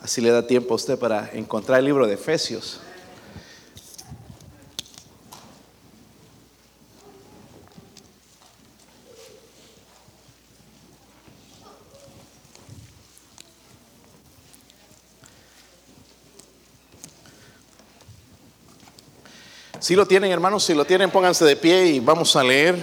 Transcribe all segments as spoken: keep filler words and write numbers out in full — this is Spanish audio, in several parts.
Así le da tiempo a usted para encontrar el libro de Efesios. Si lo tienen, hermanos, si lo tienen, pónganse de pie y vamos a leer.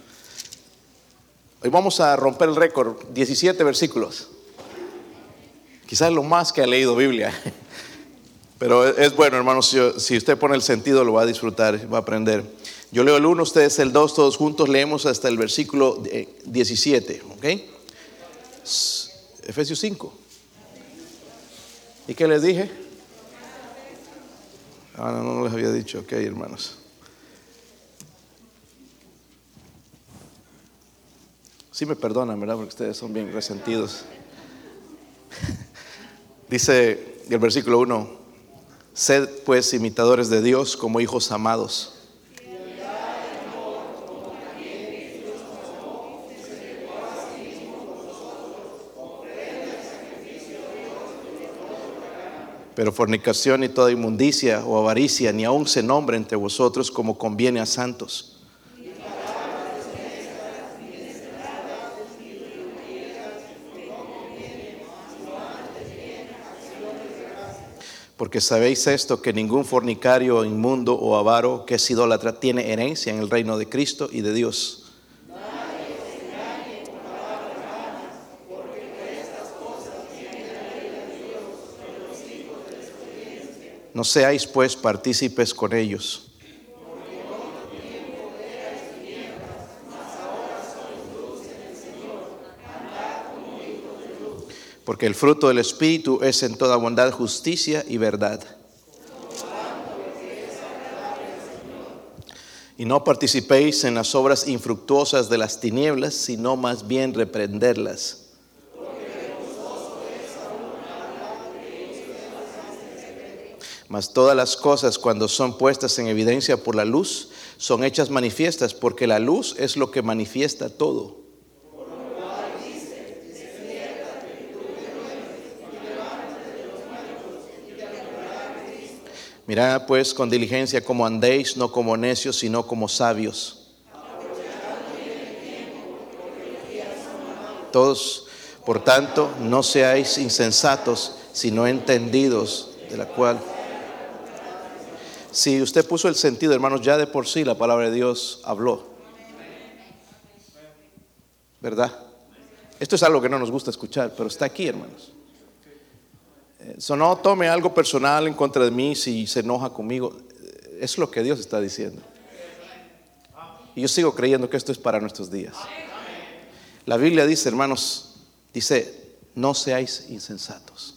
Hoy vamos a romper el récord, diecisiete versículos. Quizás lo más que ha leído Biblia. Pero es bueno, hermanos, si, si usted pone el sentido lo va a disfrutar, va a aprender. Yo leo el uno, ustedes el dos, todos juntos leemos hasta el versículo diecisiete. ¿Ok? Efesios cinco. ¿Y qué les dije? Ah, no, no les había dicho. Ok, hermanos. Sí me perdonan, ¿verdad? Porque ustedes son bien resentidos. Dice el versículo uno: sed pues imitadores de Dios como hijos amados. Pero fornicación y toda inmundicia o avaricia ni aun se nombre entre vosotros como conviene a santos. Porque sabéis esto, que ningún fornicario, inmundo o avaro que es idólatra tiene herencia en el reino de Cristo y de Dios. No seáis pues partícipes con ellos. Porque el fruto del Espíritu es en toda bondad, justicia y verdad. Y no participéis en las obras infructuosas de las tinieblas, sino más bien reprenderlas. Mas todas las cosas, cuando son puestas en evidencia por la luz, son hechas manifiestas, porque la luz es lo que manifiesta todo. Mirad pues con diligencia cómo andéis, no como necios, sino como sabios. Todos, por tanto, no seáis insensatos, sino entendidos, de la cual... Si usted puso el sentido, hermanos, ya de por sí la palabra de Dios habló, ¿verdad? Esto es algo que no nos gusta escuchar, pero está aquí, hermanos. So, no tome algo personal en contra de mí si se enoja conmigo. Es lo que Dios está diciendo. Y yo sigo creyendo que esto es para nuestros días. La Biblia dice, hermanos, dice, no seáis insensatos.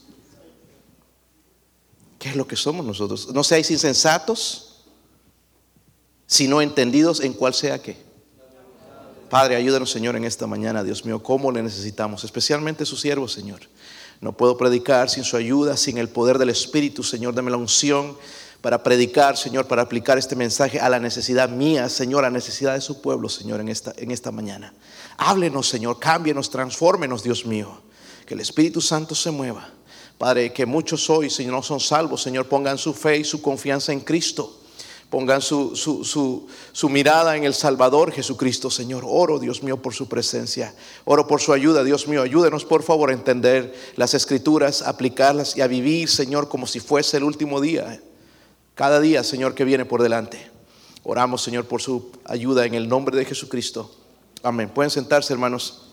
¿Qué es lo que somos nosotros? No seáis insensatos, sino entendidos en cuál sea qué. Padre, ayúdanos, Señor, en esta mañana, Dios mío, cómo le necesitamos, especialmente sus siervos, Señor. No puedo predicar sin su ayuda, sin el poder del Espíritu, Señor. Dame la unción para predicar, Señor, para aplicar este mensaje a la necesidad mía, Señor, a la necesidad de su pueblo, Señor, en esta, en esta mañana. Háblenos, Señor, cámbienos, transfórmenos, Dios mío. Que el Espíritu Santo se mueva. Padre, que muchos hoy, Señor, no son salvos, Señor, pongan su fe y su confianza en Cristo. Pongan su, su, su, su mirada en el Salvador Jesucristo, Señor. Oro, Dios mío, por su presencia. Oro por su ayuda, Dios mío. Ayúdenos, por favor, a entender las Escrituras, aplicarlas y a vivir, Señor, como si fuese el último día. Cada día, Señor, que viene por delante. Oramos, Señor, por su ayuda en el nombre de Jesucristo. Amén. Pueden sentarse, hermanos.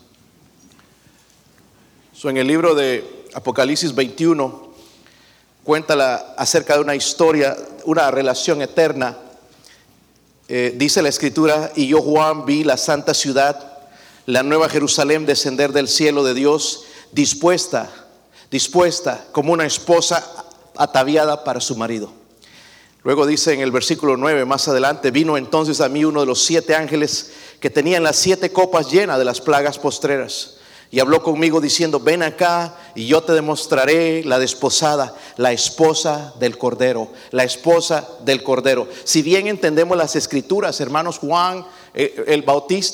So, en el libro de Apocalipsis veintiuno cuenta la, acerca de una historia, una relación eterna. Eh, dice la Escritura: y yo, Juan, vi la santa ciudad, la nueva Jerusalén, descender del cielo de Dios, dispuesta, dispuesta como una esposa ataviada para su marido. Luego dice en el versículo nueve, más adelante: vino entonces a mí uno de los siete ángeles que tenían las siete copas llenas de las plagas postreras. Y habló conmigo diciendo: ven acá y yo te demostraré la desposada, la esposa del Cordero, la esposa del Cordero. Si bien entendemos las Escrituras, hermanos, Juan, eh, el Bautista,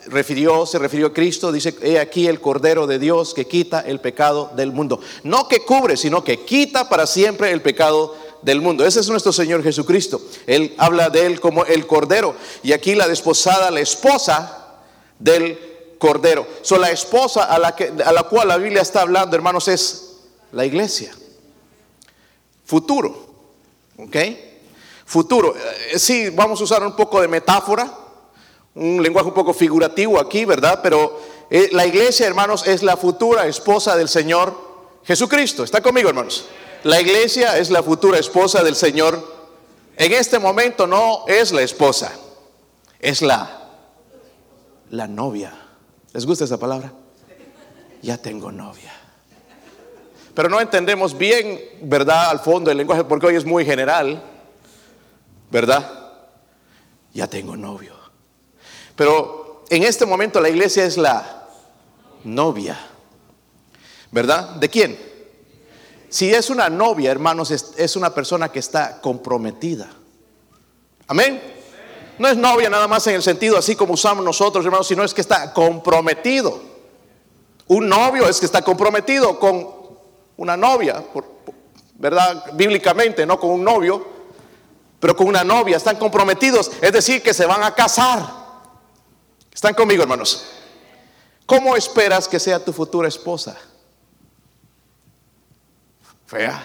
refirió, se refirió a Cristo, dice: he aquí el Cordero de Dios que quita el pecado del mundo. No que cubre, sino que quita para siempre el pecado del mundo. Ese es nuestro Señor Jesucristo. Él habla de Él como el Cordero. Y aquí la desposada, la esposa del Cordero. So, la esposa a la, que, a la cual la Biblia está hablando, hermanos, es la iglesia. Futuro. ¿Ok? Futuro. Eh, sí, vamos a usar un poco de metáfora, un lenguaje un poco figurativo aquí, ¿verdad? Pero eh, la iglesia, hermanos, es la futura esposa del Señor Jesucristo. ¿Está conmigo, hermanos? La iglesia es la futura esposa del Señor. En este momento no es la esposa, es la, la novia. ¿Les gusta esa palabra? Ya tengo novia. Pero no entendemos bien, ¿verdad?, al fondo el lenguaje, porque hoy es muy general, ¿verdad? Ya tengo novio. Pero en este momento la iglesia es la novia, ¿verdad? ¿De quién? Si es una novia, hermanos, es, es una persona que está comprometida. Amén. No es novia nada más en el sentido así como usamos nosotros, hermanos, sino es que está comprometido. Un novio es que está comprometido con una novia, por, ¿verdad? Bíblicamente, no con un novio, pero con una novia. Están comprometidos, es decir, que se van a casar. ¿Están conmigo, hermanos? ¿Cómo esperas que sea tu futura esposa? Fea.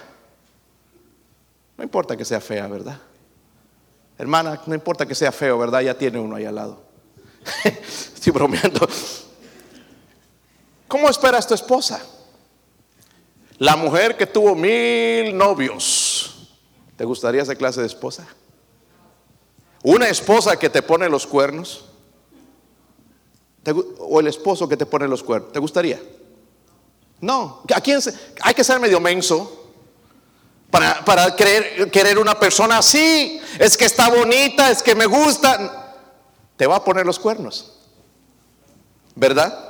No importa que sea fea, ¿verdad? Hermana, no importa que sea feo, ¿verdad? Ya tiene uno ahí al lado. Estoy bromeando. ¿Cómo esperas tu esposa? La mujer que tuvo mil novios. ¿Te gustaría esa clase de esposa? Una esposa que te pone los cuernos. ¿Te, o el esposo que te pone los cuernos? ¿Te gustaría? No. ¿A quién se, hay que ser medio menso para, para querer, querer una persona así? Es que está bonita, es que me gusta. Te va a poner los cuernos, ¿verdad?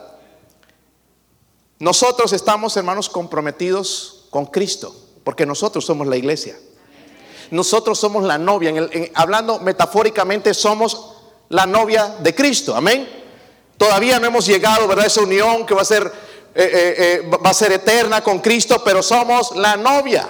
Nosotros estamos, hermanos, comprometidos con Cristo, porque nosotros somos la iglesia. Nosotros somos la novia. En el, en, hablando metafóricamente, somos la novia de Cristo. Amén. Todavía no hemos llegado, ¿verdad?, a esa unión que va a ser eh, eh, eh, va a ser eterna con Cristo, pero somos la novia.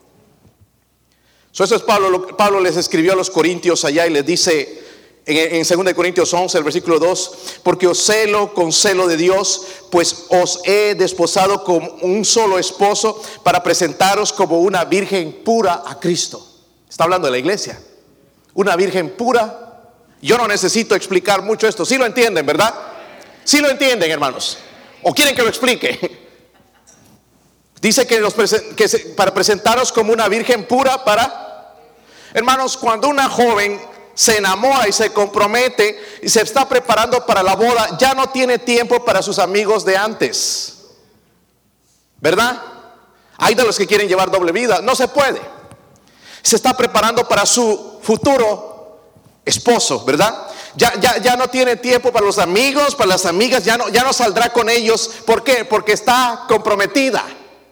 So, eso es Pablo. Pablo les escribió a los corintios allá y les dice en, en segunda de Corintios once, el versículo dos: porque os celo con celo de Dios, pues os he desposado como un solo esposo, para presentaros como una virgen pura a Cristo. Está hablando de la iglesia. Una virgen pura. Yo no necesito explicar mucho esto. ¿Sí lo entienden, verdad? ¿Sí lo entienden, hermanos? ¿O quieren que lo explique? Dice que, los presen- que se, para presentaros como una virgen pura para... Hermanos, cuando una joven se enamora y se compromete y se está preparando para la boda, ya no tiene tiempo para sus amigos de antes, ¿verdad? Hay de los que quieren llevar doble vida. No se puede. Se está preparando para su futuro esposo, ¿verdad? Ya, ya, ya no tiene tiempo para los amigos, para las amigas. Ya no, ya no saldrá con ellos. ¿Por qué? Porque está comprometida.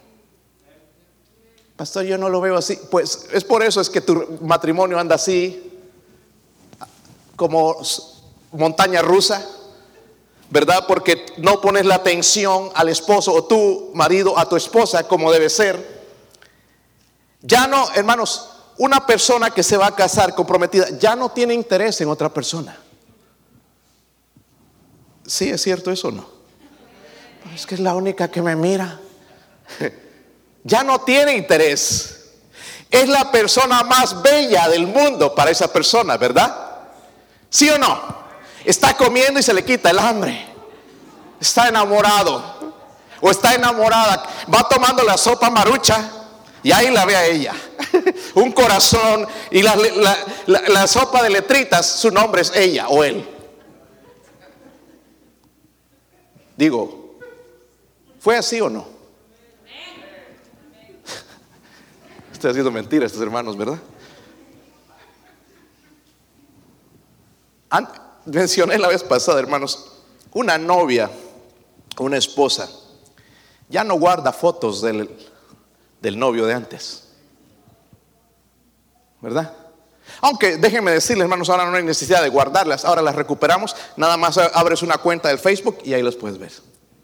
Pastor, yo no lo veo así. Pues es por eso es que tu matrimonio anda así, como montaña rusa, ¿verdad? Porque no pones la atención al esposo, o tu marido a tu esposa como debe ser. Ya no, hermanos, una persona que se va a casar comprometida ya no tiene interés en otra persona. ¿Sí es cierto eso o no? Es que es la única que me mira. Ya no tiene interés. Es la persona más bella del mundo para esa persona, ¿verdad? ¿Sí o no? Está comiendo y se le quita el hambre. Está enamorado o está enamorada. Va tomando la sopa marucha y ahí la ve a ella. Un corazón y la, la, la, la sopa de letritas, su nombre es ella o él. Digo, ¿fue así o no? Estoy haciendo mentiras estos hermanos, ¿verdad? Mencioné la vez pasada, hermanos, una novia, una esposa, ya no guarda fotos del, del novio de antes, ¿verdad? Aunque déjenme decirles, hermanos, ahora no hay necesidad de guardarlas, ahora las recuperamos. Nada más abres una cuenta del Facebook y ahí las puedes ver.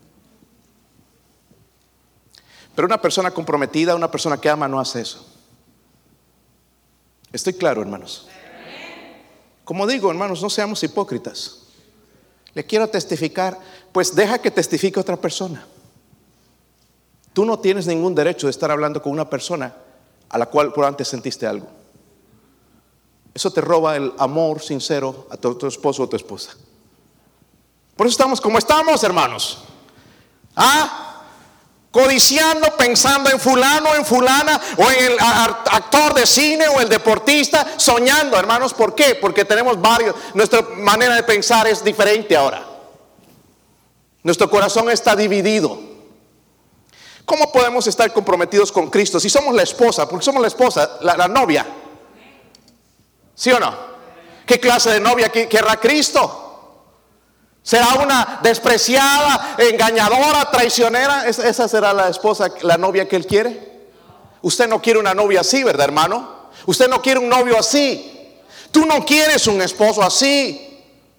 Pero una persona comprometida, una persona que ama, no hace eso. Estoy claro, hermanos. Como digo, hermanos, no seamos hipócritas. Le quiero testificar, pues deja que testifique otra persona. Tú no tienes ningún derecho de estar hablando con una persona a la cual por antes sentiste algo. Eso te roba el amor sincero a tu, tu esposo o tu esposa. Por eso estamos como estamos, hermanos. ¿Ah? Codiciando, pensando en fulano, en fulana, o en el actor de cine o el deportista, soñando, hermanos. ¿Por qué? Porque tenemos varios, nuestra manera de pensar es diferente ahora. Nuestro corazón está dividido. ¿Cómo podemos estar comprometidos con Cristo si somos la esposa? Porque somos la esposa, la, la novia. ¿Sí o no? ¿Qué clase de novia querrá Cristo? ¿Será una despreciada, engañadora, traicionera? ¿Esa será la esposa, la novia que Él quiere? Usted no quiere una novia así, ¿verdad, hermano? Usted no quiere un novio así. Tú no quieres un esposo así.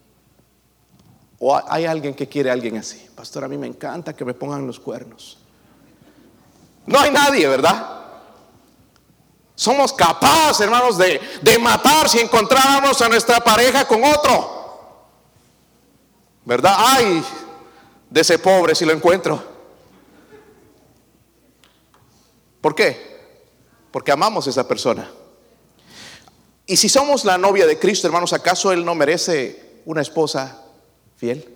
¿O hay alguien que quiere a alguien así? Pastor, a mí me encanta que me pongan los cuernos. No hay nadie, ¿verdad? Somos capaces, hermanos, de, de matar si encontráramos a nuestra pareja con otro. ¿Verdad? Ay, de ese pobre si lo encuentro. ¿Por qué? Porque amamos a esa persona. Y si somos la novia de Cristo, hermanos, ¿acaso Él no merece una esposa fiel?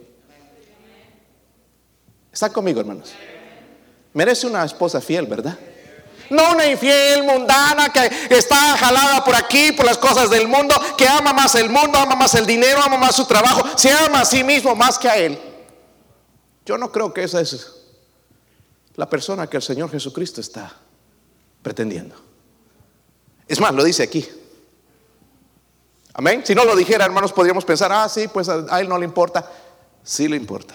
¿Están conmigo, hermanos? Merece una esposa fiel, ¿verdad? No una infiel, mundana, que está jalada por aquí, por las cosas del mundo, que ama más el mundo, ama más el dinero, ama más su trabajo, se ama a sí mismo más que a Él. Yo no creo que esa es la persona que el Señor Jesucristo está pretendiendo. Es más, lo dice aquí. Amén. Si no lo dijera, hermanos, podríamos pensar, ah, sí, pues a, a Él no le importa. Sí le importa.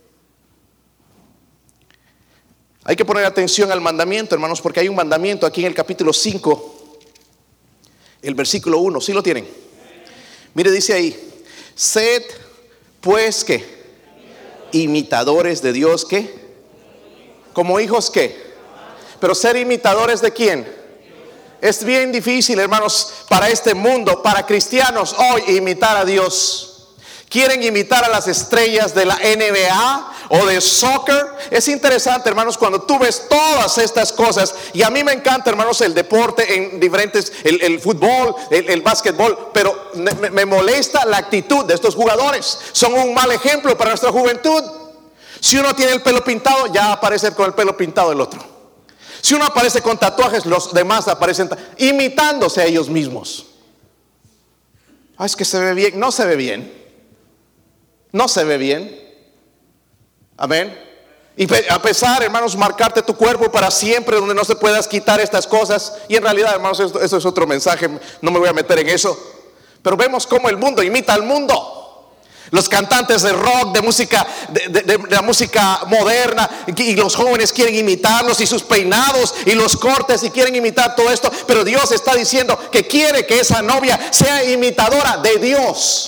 Hay que poner atención al mandamiento, hermanos, porque hay un mandamiento aquí en el capítulo cinco, el versículo uno. ¿Sí lo tienen? Mire, dice ahí: sed pues ¿qué? Imitadores de Dios, ¿qué? Como hijos, ¿qué? Pero ser imitadores ¿de quién? Es bien difícil, hermanos, para este mundo, para cristianos hoy, imitar a Dios. Quieren imitar a las estrellas de la N B A o de soccer. Es interesante, hermanos, cuando tú ves todas estas cosas. Y a mí me encanta, hermanos, el deporte en diferentes, el, el fútbol, el, el básquetbol. Pero me, me molesta la actitud de estos jugadores. Son un mal ejemplo para nuestra juventud. Si uno tiene el pelo pintado, ya aparece con el pelo pintado el otro. Si uno aparece con tatuajes, los demás aparecen imitándose a ellos mismos. Ah, es que se ve bien. No se ve bien. No se ve bien. Amén. Y a pesar, hermanos, marcarte tu cuerpo para siempre, donde no se puedas quitar estas cosas. Y en realidad, hermanos, esto, eso es otro mensaje. No me voy a meter en eso. Pero vemos cómo el mundo imita al mundo. Los cantantes de rock, de música, de, de, de, de la música moderna, y los jóvenes quieren imitarlos, y sus peinados y los cortes, y quieren imitar todo esto. Pero Dios está diciendo que quiere que esa novia sea imitadora de Dios.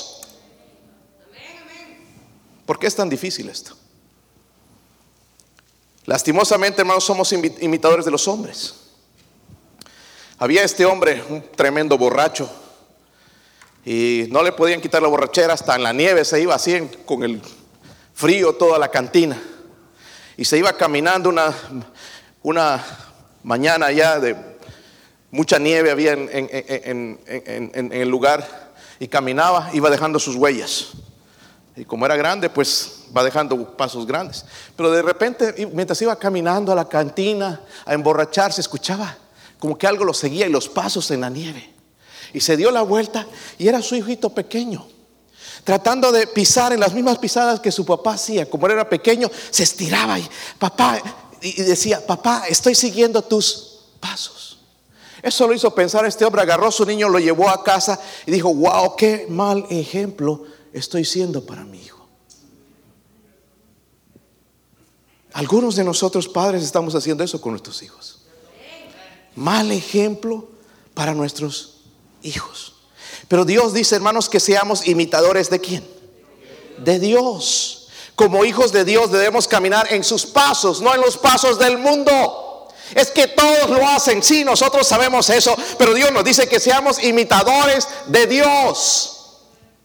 ¿Por qué es tan difícil esto? Lastimosamente, hermanos, somos imitadores de los hombres. Había este hombre, un tremendo borracho, y no le podían quitar la borrachera, hasta en la nieve se iba así en, con el frío toda la cantina, y se iba caminando una, una mañana ya de mucha nieve había en, en, en, en, en, en el lugar, y caminaba, iba dejando sus huellas. Y como era grande, pues va dejando pasos grandes. Pero de repente, mientras iba caminando a la cantina a emborracharse, escuchaba como que algo lo seguía y los pasos en la nieve. Y se dio la vuelta y era su hijito pequeño, tratando de pisar en las mismas pisadas que su papá hacía. Como él era pequeño, se estiraba y papá, y decía: papá, estoy siguiendo tus pasos. Eso lo hizo pensar este hombre. Agarró a su niño, lo llevó a casa y dijo: wow, qué mal ejemplo estoy siendo para mi hijo. Algunos de nosotros padres estamos haciendo eso con nuestros hijos. Mal ejemplo para nuestros hijos. Pero Dios dice, hermanos, que seamos imitadores ¿de quién? De Dios. Como hijos de Dios debemos caminar en sus pasos, no en los pasos del mundo. Es que todos lo hacen, sí, nosotros sabemos eso, pero Dios nos dice que seamos imitadores de Dios.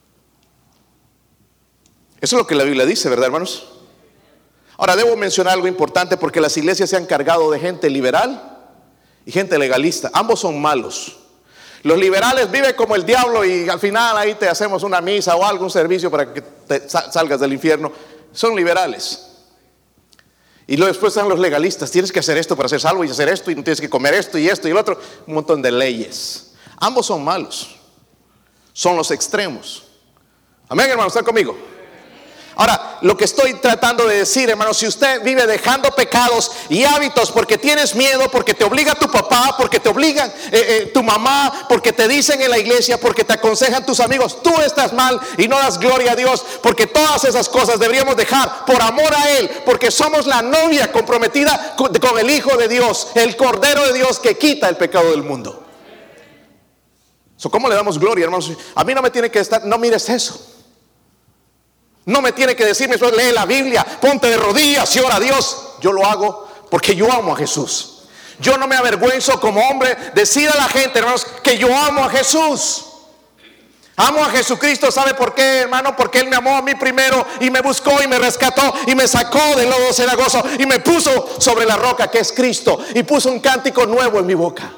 Eso es lo que la Biblia dice, ¿verdad, hermanos? Ahora debo mencionar algo importante, porque las iglesias se han cargado de gente liberal y gente legalista. Ambos son malos. Los liberales viven como el diablo y al final ahí te hacemos una misa o algún servicio para que te salgas del infierno. Son liberales. Y luego después están los legalistas. Tienes que hacer esto para ser salvo y hacer esto, y no tienes que comer esto y esto y el otro. Un montón de leyes. Ambos son malos. Son los extremos. Amén, hermanos, ¿están conmigo? Ahora, lo que estoy tratando de decir, hermano, si usted vive dejando pecados y hábitos porque tienes miedo, porque te obliga tu papá, porque te obligan eh, eh, tu mamá, porque te dicen en la iglesia, porque te aconsejan tus amigos, tú estás mal y no das gloria a Dios, porque todas esas cosas deberíamos dejar por amor a Él, porque somos la novia comprometida con, con el Hijo de Dios, el Cordero de Dios que quita el pecado del mundo. So, ¿cómo le damos gloria, hermanos? A mí no me tiene que estar, no mires eso. No me tiene que decirme, lee la Biblia, ponte de rodillas y ora a Dios. Yo lo hago porque yo amo a Jesús. Yo no me avergüenzo como hombre decir a la gente, hermanos, que yo amo a Jesús. Amo a Jesucristo. ¿Sabe por qué, hermano? Porque Él me amó a mí primero y me buscó y me rescató y me sacó del lodo cenagoso y me puso sobre la roca que es Cristo y puso un cántico nuevo en mi boca.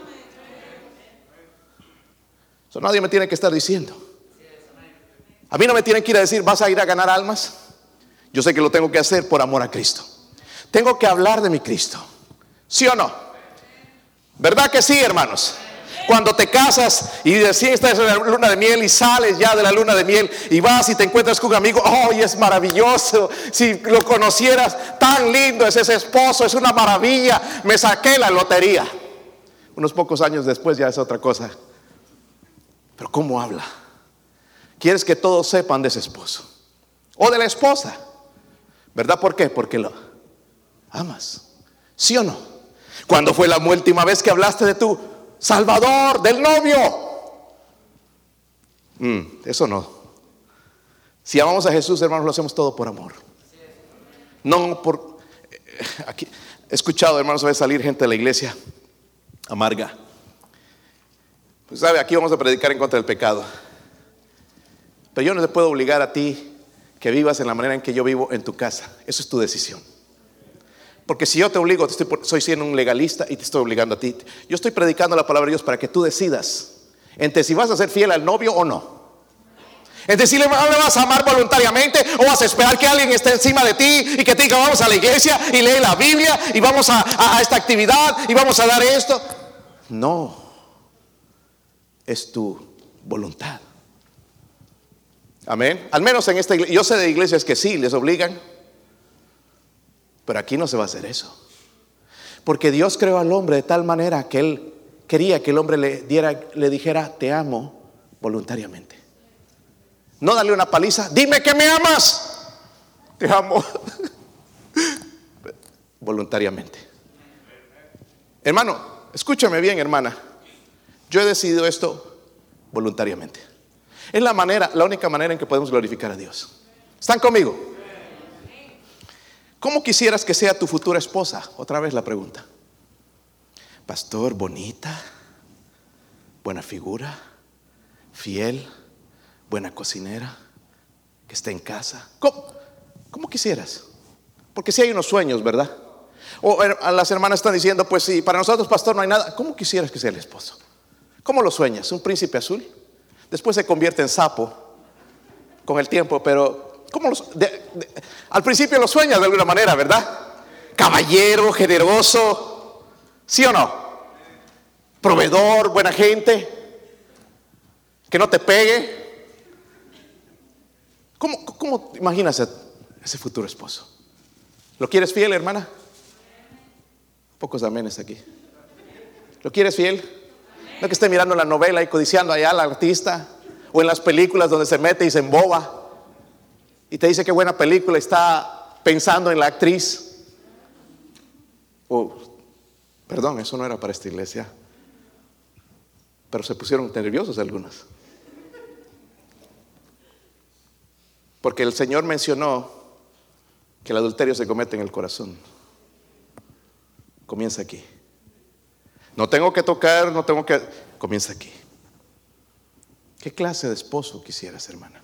Eso nadie me tiene que estar diciendo. A mí no me tienen que ir a decir, ¿vas a ir a ganar almas? Yo sé que lo tengo que hacer por amor a Cristo. Tengo que hablar de mi Cristo. ¿Sí o no? ¿Verdad que sí, hermanos? Cuando te casas y recién estás en la luna de miel y sales ya de la luna de miel y vas y te encuentras con un amigo, ¡oh, es maravilloso! Si lo conocieras, tan lindo es ese esposo, es una maravilla. Me saqué la lotería. Unos pocos años después ya es otra cosa. Pero ¿cómo habla? Quieres que todos sepan de ese esposo o de la esposa, ¿verdad? ¿Por qué? Porque lo amas. ¿Sí o no? ¿Cuándo fue la última vez que hablaste de tu Salvador, del novio? Mm, eso no. Si amamos a Jesús, hermanos, lo hacemos todo por amor. No por... Aquí he escuchado, hermanos, a veces salir gente de la iglesia amarga. Pues sabe, aquí vamos a predicar en contra del pecado. Pero yo no te puedo obligar a ti que vivas en la manera en que yo vivo en tu casa. Eso es tu decisión. Porque si yo te obligo, te estoy, soy siendo un legalista y te estoy obligando a ti. Yo estoy predicando la palabra de Dios para que tú decidas entre si vas a ser fiel al novio o no. Entre si le vas a amar voluntariamente o vas a esperar que alguien esté encima de ti y que te diga, vamos a la iglesia y lee la Biblia y vamos a, a, a esta actividad y vamos a dar esto. No, es tu voluntad. Amén. Al menos en esta iglesia, yo sé de iglesias que sí les obligan, pero aquí no se va a hacer eso. Porque Dios creó al hombre de tal manera que Él quería que el hombre le diera, le dijera, te amo voluntariamente. No darle una paliza, dime que me amas. Te amo voluntariamente. Hermano, escúchame bien, hermana. Yo he decidido esto voluntariamente. Es la manera, la única manera en que podemos glorificar a Dios. ¿Están conmigo? ¿Cómo quisieras que sea tu futura esposa? Otra vez la pregunta. Pastor, bonita, buena figura, fiel, buena cocinera, que esté en casa. ¿Cómo, cómo quisieras? Porque si hay unos sueños, ¿verdad? O a las hermanas están diciendo, pues sí, para nosotros, pastor, no hay nada. ¿Cómo quisieras que sea el esposo? ¿Cómo lo sueñas? ¿Un príncipe azul? Después se convierte en sapo con el tiempo, pero ¿cómo los, de, de, al principio lo sueñas de alguna manera, ¿verdad? Caballero, generoso, ¿sí o no? Proveedor, buena gente, que no te pegue. ¿Cómo, cómo imaginas a ese futuro esposo? ¿Lo quieres fiel, hermana? Pocos amenes aquí. ¿Lo quieres fiel? No que esté mirando la novela y codiciando allá al artista, o en las películas donde se mete y se emboba y te dice qué buena película, está pensando en la actriz. Oh, perdón, eso no era para esta iglesia, pero se pusieron nerviosos algunos. Porque el Señor mencionó que el adulterio se comete en el corazón. Comienza aquí. No tengo que tocar, no tengo que... Comienza aquí. ¿Qué clase de esposo quisieras, hermana?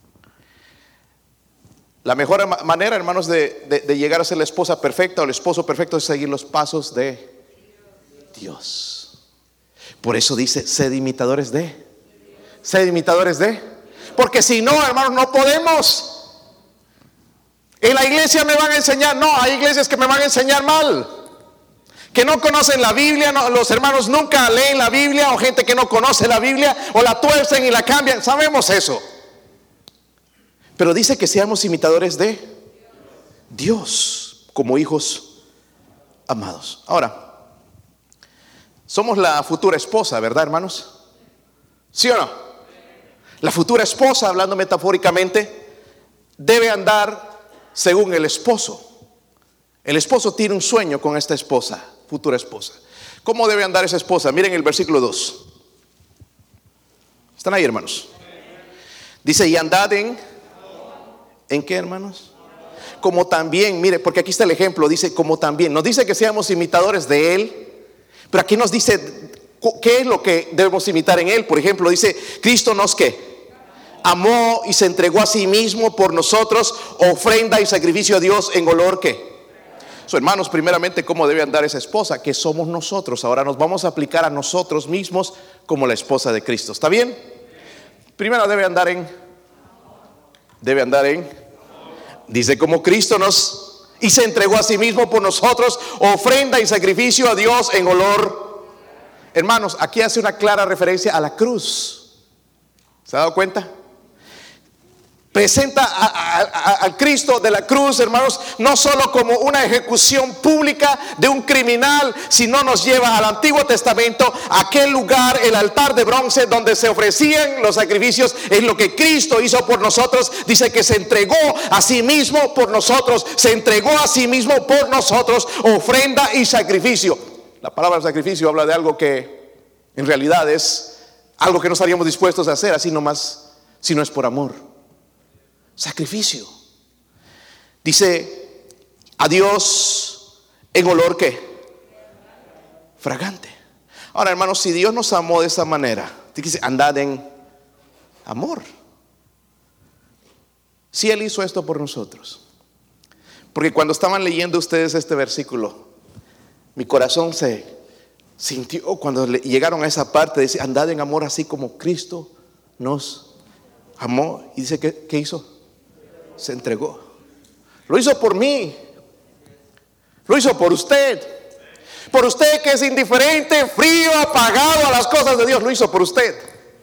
La mejor manera, hermanos, de, de, de llegar a ser la esposa perfecta o el esposo perfecto es seguir los pasos de Dios. Por eso dice, sed imitadores de. Sed imitadores de. Porque si no, hermanos, no podemos. En la iglesia me van a enseñar. No, hay iglesias que me van a enseñar mal. Que no conocen la Biblia, no, los hermanos nunca leen la Biblia, o gente que no conoce la Biblia, o la tuercen y la cambian. Sabemos eso. Pero dice que seamos imitadores de Dios, como hijos amados. Ahora, somos la futura esposa, ¿verdad, hermanos? ¿Sí o no? La futura esposa, hablando metafóricamente, debe andar según el esposo. El esposo tiene un sueño con esta esposa, futura esposa. ¿Cómo debe andar esa esposa? Miren el versículo dos. ¿Están ahí, hermanos? Dice, y andad en... ¿En qué, hermanos? Como también, mire, porque aquí está el ejemplo, dice como también. Nos dice que seamos imitadores de Él, pero aquí nos dice qué es lo que debemos imitar en Él. Por ejemplo, dice, Cristo nos ¿qué? Amó y se entregó a sí mismo por nosotros, ofrenda y sacrificio a Dios en olor ¿qué? So, hermanos, primeramente, ¿cómo debe andar esa esposa? Que somos nosotros. Ahora nos vamos a aplicar a nosotros mismos como la esposa de Cristo. ¿Está bien? Primero debe andar en... Debe andar en, dice, como Cristo nos y se entregó a sí mismo por nosotros, ofrenda y sacrificio a Dios en olor. Hermanos, aquí hace una clara referencia a la cruz. ¿Se ha dado cuenta? Presenta a, a, a, al Cristo de la cruz, hermanos, no solo como una ejecución pública de un criminal, sino nos lleva al Antiguo Testamento, aquel lugar, el altar de bronce donde se ofrecían los sacrificios. Es lo que Cristo hizo por nosotros. Dice que se entregó a sí mismo por nosotros, se entregó a sí mismo por nosotros, ofrenda y sacrificio. La palabra sacrificio habla de algo que en realidad es algo que no estaríamos dispuestos a hacer así nomás, si no es por amor. Sacrificio. Dice, a Dios en olor ¿qué? Fragante. Ahora, hermanos, si Dios nos amó de esa manera, dice, andad en amor. Si Él hizo esto por nosotros. Porque cuando estaban leyendo ustedes este versículo, mi corazón se sintió cuando llegaron a esa parte, dice, andad en amor así como Cristo nos amó. Y dice, ¿qué, qué hizo? Se entregó. Lo hizo por mí. Lo hizo por usted. Por usted que es indiferente, frío, apagado a las cosas de Dios. Lo hizo por usted.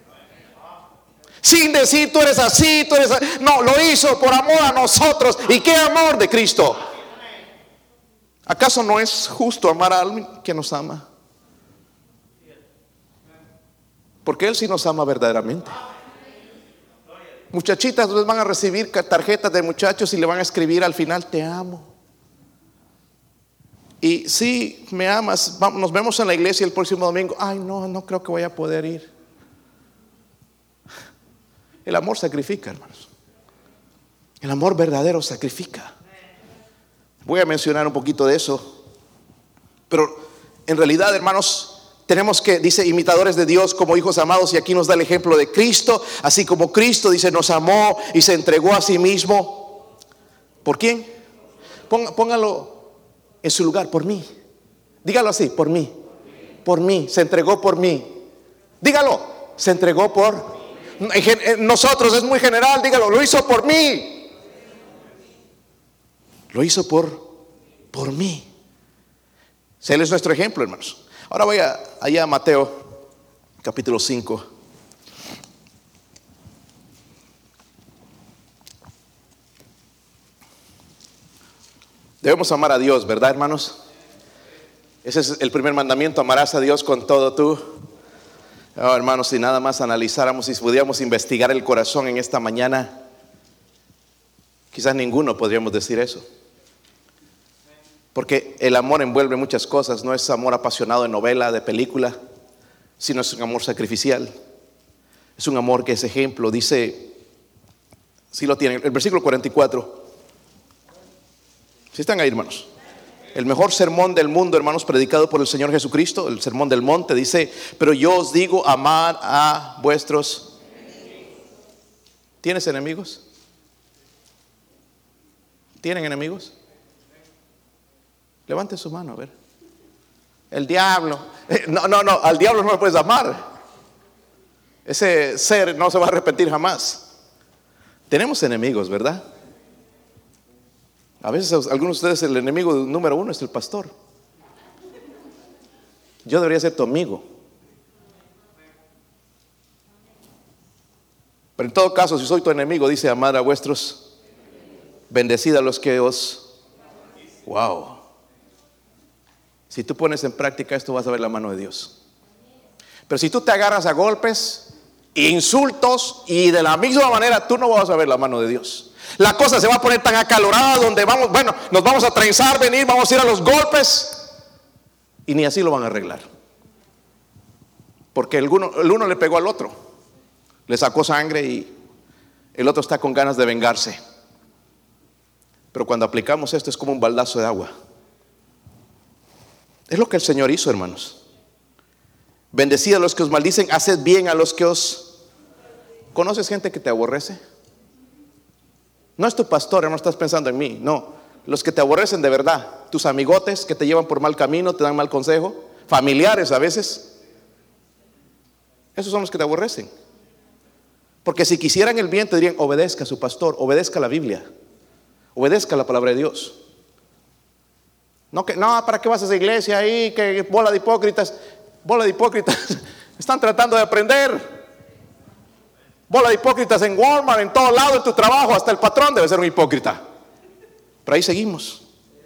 Sin decir tú eres así, tú eres así. No, lo hizo por amor a nosotros. ¿Y qué amor de Cristo? ¿Acaso no es justo amar a alguien que nos ama? Porque Él sí nos ama verdaderamente. Muchachitas, les van a recibir tarjetas de muchachos y le van a escribir al final, te amo. Y si me amas, vamos, nos vemos en la iglesia el próximo domingo. Ay, no, no creo que voy a poder ir. El amor sacrifica, hermanos. El amor verdadero sacrifica. Voy a mencionar un poquito de eso. Pero en realidad, hermanos, tenemos que, dice, imitadores de Dios como hijos amados. Y aquí nos da el ejemplo de Cristo. Así como Cristo, dice, nos amó y se entregó a sí mismo. ¿Por quién? Póngalo en su lugar, por mí. Dígalo así, por mí. Por mí, se entregó por mí. Dígalo, se entregó por nosotros, es muy general. Dígalo, lo hizo por mí. Lo hizo por, por mí. Él es nuestro ejemplo, hermanos. Ahora voy a, allá a Mateo, capítulo cinco. Debemos amar a Dios, ¿verdad, hermanos? Ese es el primer mandamiento, amarás a Dios con todo tú. Oh, hermanos, si nada más analizáramos y si pudiéramos investigar el corazón en esta mañana, quizás ninguno podríamos decir eso. Porque el amor envuelve muchas cosas. No es amor apasionado de novela, de película, sino es un amor sacrificial. Es un amor que es ejemplo. Dice Si lo tienen, el versículo cuarenta y cuatro. Si están ahí, hermanos. El mejor sermón del mundo, hermanos, predicado por el Señor Jesucristo, el sermón del monte, dice: pero yo os digo, amad a vuestros enemigos. ¿Tienes enemigos? ¿Tienen enemigos? Levante su mano, a ver. El diablo. No, no, no, al diablo no lo puedes amar. Ese ser no se va a arrepentir jamás. Tenemos enemigos, ¿verdad? A veces algunos de ustedes el enemigo número uno es el pastor. Yo debería ser tu amigo. Pero en todo caso, si soy tu enemigo, dice: amad a vuestros, bendecid a los que os. Wow. Si tú pones en práctica esto, vas a ver la mano de Dios. Pero si tú te agarras a golpes, insultos, y de la misma manera, tú no vas a ver la mano de Dios. La cosa se va a poner tan acalorada donde vamos, bueno, nos vamos a trenzar, venir, vamos a ir a los golpes, y ni así lo van a arreglar. Porque el uno, el uno le pegó al otro, le sacó sangre, y el otro está con ganas de vengarse. Pero cuando aplicamos esto, es como un baldazo de agua. Es lo que el Señor hizo, hermanos. Bendecid a los que os maldicen, haced bien a los que os. ¿Conoces gente que te aborrece? No es tu pastor, no estás pensando en mí. No, los que te aborrecen de verdad. Tus amigotes que te llevan por mal camino, te dan mal consejo. Familiares a veces. Esos son los que te aborrecen. Porque si quisieran el bien, te dirían: obedezca a su pastor, obedezca a la Biblia, obedezca a la palabra de Dios. No, que, no, ¿para qué vas a esa iglesia ahí? Que bola de hipócritas. Bola de hipócritas. Están tratando de aprender. Bola de hipócritas en Walmart, en todo lado, en tu trabajo. Hasta el patrón debe ser un hipócrita. Pero ahí seguimos.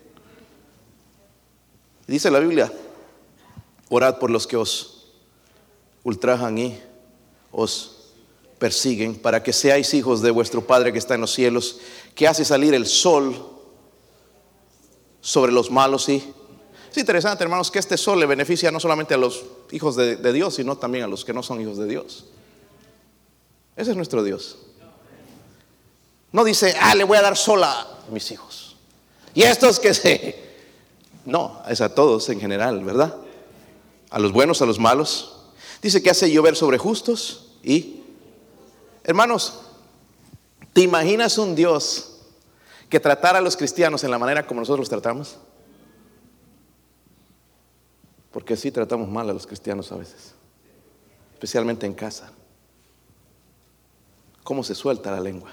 Dice la Biblia: orad por los que os ultrajan y os persiguen, para que seáis hijos de vuestro Padre que está en los cielos, que hace salir el sol sobre los malos. Y es interesante, hermanos, que este sol le beneficia no solamente a los hijos de, de Dios, sino también a los que no son hijos de Dios. Ese es nuestro Dios. No dice: ah, le voy a dar sol a mis hijos, y estos que se. No, es a todos en general, ¿verdad? A los buenos, a los malos. Dice que hace llover sobre justos. Y, hermanos, ¿te imaginas un Dios que tratara a los cristianos en la manera como nosotros los tratamos? Porque sí tratamos mal a los cristianos a veces, especialmente en casa. ¿Cómo se suelta la lengua?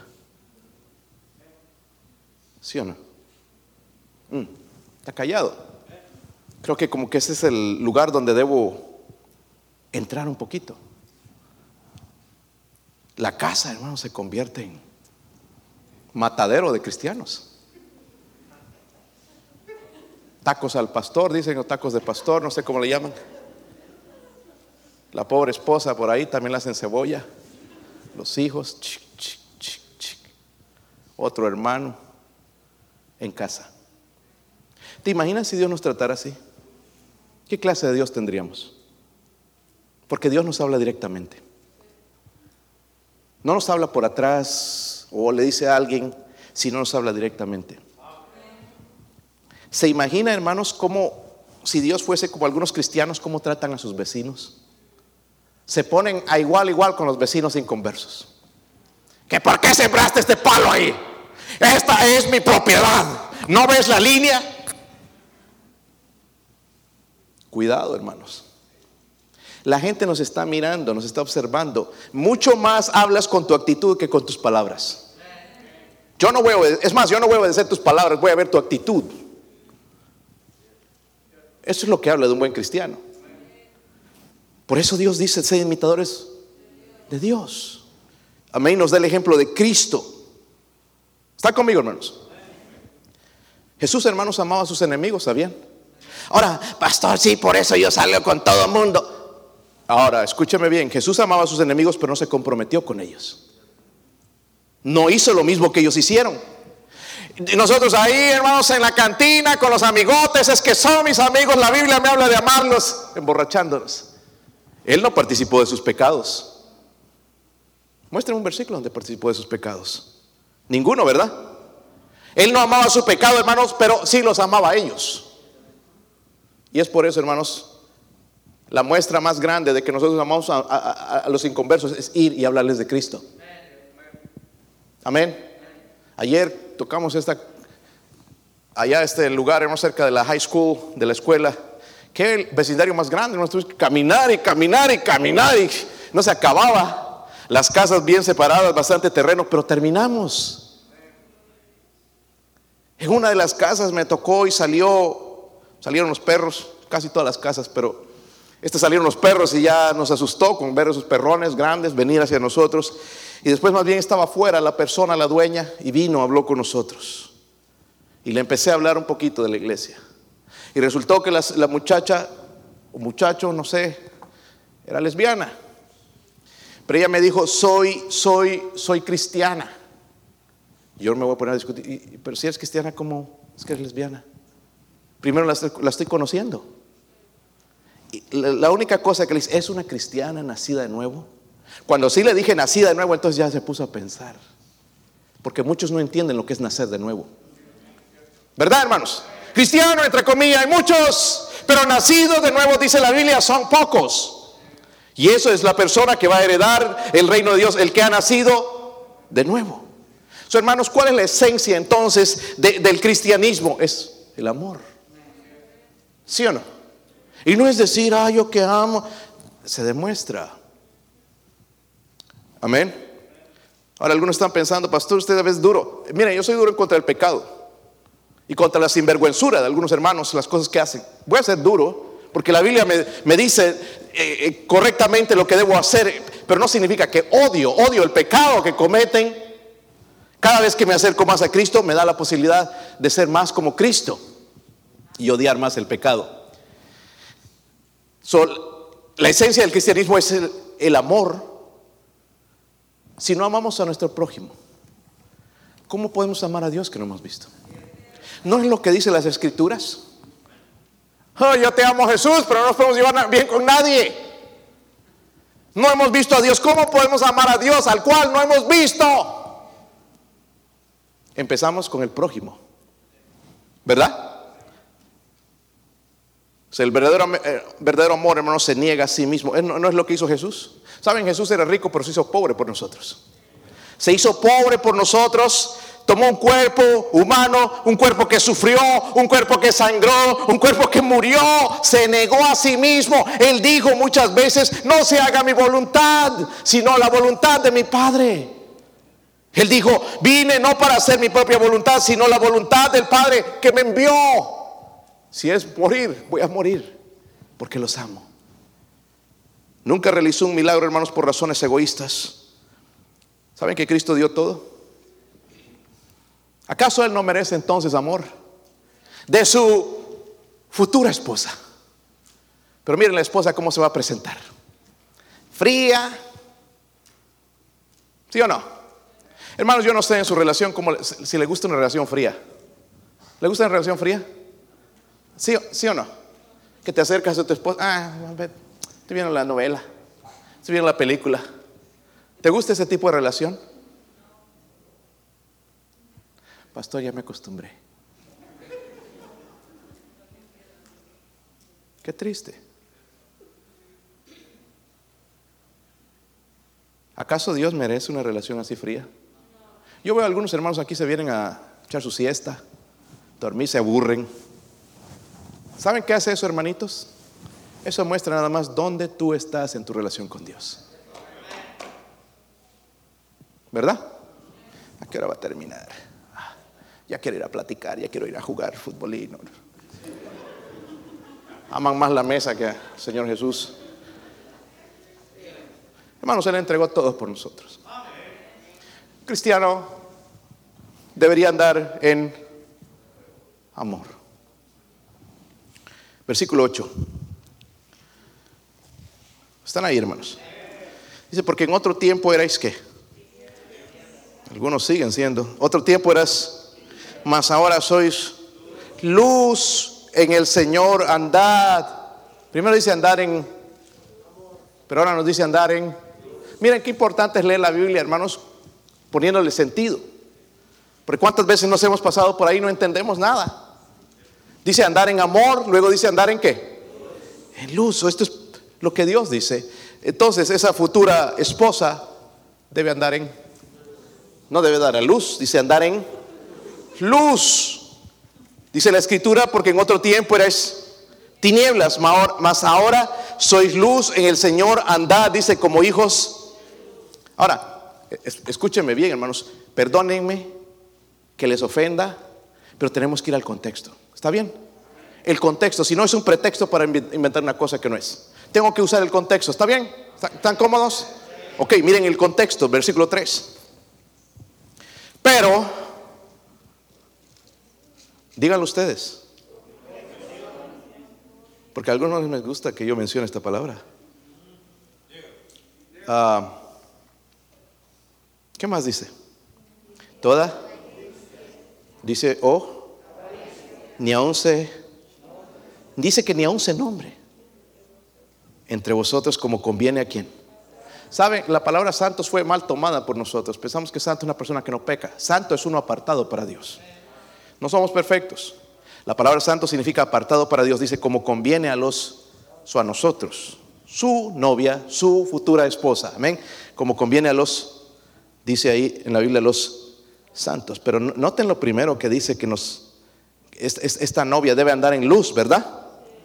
¿Sí o no? Mm, está callado. Creo que como que ese es el lugar donde debo entrar un poquito. La casa, hermano, se convierte en matadero de cristianos. Tacos al pastor, dicen, o tacos de pastor, no sé cómo le llaman. La pobre esposa por ahí también la hacen cebolla. Los hijos, chic, chic, chic, chic. Otro hermano en casa. ¿Te imaginas si Dios nos tratara así? ¿Qué clase de Dios tendríamos? Porque Dios nos habla directamente. No nos habla por atrás o le dice a alguien, sino nos habla directamente. ¿Se imagina, hermanos, cómo si Dios fuese como algunos cristianos, cómo tratan a sus vecinos? Se ponen a igual igual con los vecinos inconversos. ¿Que por qué sembraste este palo ahí? Esta es mi propiedad. ¿No ves la línea? Cuidado, hermanos. La gente nos está mirando, nos está observando. Mucho más hablas con tu actitud que con tus palabras. Yo no voy a obedecer, es más, yo no voy a obedecer tus palabras, voy a ver tu actitud. Eso es lo que habla de un buen cristiano. Por eso Dios dice: sed imitadores de Dios. Amén. Nos da el ejemplo de Cristo. ¿Está conmigo, hermanos? Jesús, hermanos, amaba a sus enemigos, ¿sabían? Ahora, pastor, sí, por eso yo salgo con todo el mundo. Ahora, escúcheme bien. Jesús amaba a sus enemigos, pero no se comprometió con ellos. No hizo lo mismo que ellos hicieron. Y nosotros ahí, hermanos, en la cantina con los amigotes, es que son mis amigos, la Biblia me habla de amarlos, emborrachándonos. Él no participó de sus pecados. Muéstrenme un versículo donde participó de sus pecados. Ninguno, ¿verdad? Él no amaba su pecado, hermanos, pero sí los amaba a ellos. Y es por eso, hermanos, la muestra más grande de que nosotros amamos a, a, a los inconversos es ir y hablarles de Cristo. Amén. Ayer tocamos esta, allá este lugar, hermanos, cerca de la high school, de la escuela. Que el vecindario más grande, hermanos, tuvimos que caminar y caminar y caminar y no se acababa. Las casas bien separadas, bastante terreno, pero terminamos. En una de las casas me tocó y salió, salieron los perros, casi todas las casas, pero este salieron los perros y ya nos asustó con ver esos perrones grandes venir hacia nosotros. Y después más bien estaba afuera la persona, la dueña, y vino, habló con nosotros. Y le empecé a hablar un poquito de la iglesia. Y resultó que la, la muchacha, o muchacho, no sé, era lesbiana. Pero ella me dijo, soy, soy, soy cristiana. Y yo me voy a poner a discutir, y, pero si eres cristiana, ¿cómo es que eres lesbiana? Primero la, la estoy conociendo. Y la, la única cosa que le dice, ¿es una cristiana nacida de nuevo? Cuando sí le dije nacida de nuevo, entonces ya se puso a pensar. Porque muchos no entienden lo que es nacer de nuevo. ¿Verdad, hermanos? Cristiano, entre comillas, hay muchos, pero nacidos de nuevo, dice la Biblia, son pocos. Y eso es la persona que va a heredar el reino de Dios, el que ha nacido de nuevo. So, hermanos, ¿cuál es la esencia entonces de, del cristianismo? Es el amor. ¿Sí o no? Y no es decir, ah, yo que amo. Se demuestra. Amén. Ahora algunos están pensando, pastor, usted es duro. Mira, yo soy duro en contra del pecado y contra la sinvergüenzura de algunos hermanos, las cosas que hacen. Voy a ser duro porque la Biblia me, me dice eh, eh, correctamente lo que debo hacer, pero no significa que odio, odio el pecado que cometen. Cada vez que me acerco más a Cristo me da la posibilidad de ser más como Cristo y odiar más el pecado. So, la esencia del cristianismo es el, el amor. Si no amamos a nuestro prójimo, ¿cómo podemos amar a Dios que no hemos visto? ¿No es lo que dicen las escrituras? Oh, yo te amo, Jesús, pero no nos podemos llevar bien con nadie. No hemos visto a Dios. ¿Cómo podemos amar a Dios al cual no hemos visto? Empezamos con el prójimo, ¿verdad? O sea, el verdadero, eh, verdadero amor, hermano, se niega a sí mismo. ¿No, no es lo que hizo Jesús? Saben, Jesús era rico, pero se hizo pobre por nosotros. Se hizo pobre por nosotros. Tomó un cuerpo humano, un cuerpo que sufrió, un cuerpo que sangró, un cuerpo que murió. Se negó a sí mismo. Él dijo muchas veces, no se haga mi voluntad, sino la voluntad de mi Padre. Él dijo, vine no para hacer mi propia voluntad, sino la voluntad del Padre que me envió. Si es morir, voy a morir, porque los amo. Nunca realizó un milagro, hermanos, por razones egoístas. ¿Saben que Cristo dio todo? ¿Acaso Él no merece entonces amor de su futura esposa? Pero miren la esposa cómo se va a presentar. Fría. ¿Sí o no? Hermanos, yo no sé en su relación como, si le gusta una relación fría. ¿Le gusta una relación fría? ¿Sí, sí o no? Que te acercas a tu esposa. Ah, estoy viendo la novela, estoy viendo la película. ¿Te gusta ese tipo de relación? Pastor, ya me acostumbré. Qué triste. ¿Acaso Dios merece una relación así fría? Yo veo a algunos hermanos aquí se vienen a echar su siesta, dormir, se aburren. ¿Saben qué hace eso, hermanitos? Eso muestra nada más dónde tú estás en tu relación con Dios. ¿Verdad? ¿A qué hora va a terminar? Ah, ya quiero ir a platicar, ya quiero ir a jugar futbolino. Aman más la mesa que al Señor Jesús. Hermanos, Él entregó todo por nosotros. Cristiano debería andar en amor. Versículo ocho. Están ahí, hermanos. Dice, porque en otro tiempo erais ¿qué? Algunos siguen siendo. Otro tiempo eras, mas ahora sois luz en el Señor, andad. Primero dice andar en, pero ahora nos dice andar en. Miren qué importante es leer la Biblia, hermanos, poniéndole sentido. Porque cuántas veces nos hemos pasado por ahí y no entendemos nada. Dice andar en amor, luego dice andar en ¿qué? En luz. Esto es lo que Dios dice. Entonces esa futura esposa debe andar en, no debe dar a luz, dice andar en luz. Dice la escritura, porque en otro tiempo erais tinieblas, mas ahora sois luz en el Señor, andad, dice, como hijos. Ahora, escúchenme bien, hermanos, perdónenme que les ofenda, pero tenemos que ir al contexto. ¿Está bien? El contexto, si no es un pretexto para inventar una cosa que no es. Tengo que usar el contexto, ¿está bien? ¿Están cómodos? Ok, miren el contexto, versículo tres. Pero, díganlo ustedes, porque a algunos no les gusta que yo mencione esta palabra. Uh, ¿Qué más dice? Toda. Dice, oh, ni aún se, dice que ni aún se nombre entre vosotros como conviene a quien. ¿Saben? La palabra santos fue mal tomada por nosotros. Pensamos que santo es una persona que no peca. Santo es uno apartado para Dios. No somos perfectos. La palabra santo significa apartado para Dios. Dice como conviene a los, o a nosotros, su novia, su futura esposa. Amén. Como conviene a los, dice ahí en la Biblia, los santos. Pero noten lo primero que dice, que nos, esta novia debe andar en luz, ¿verdad?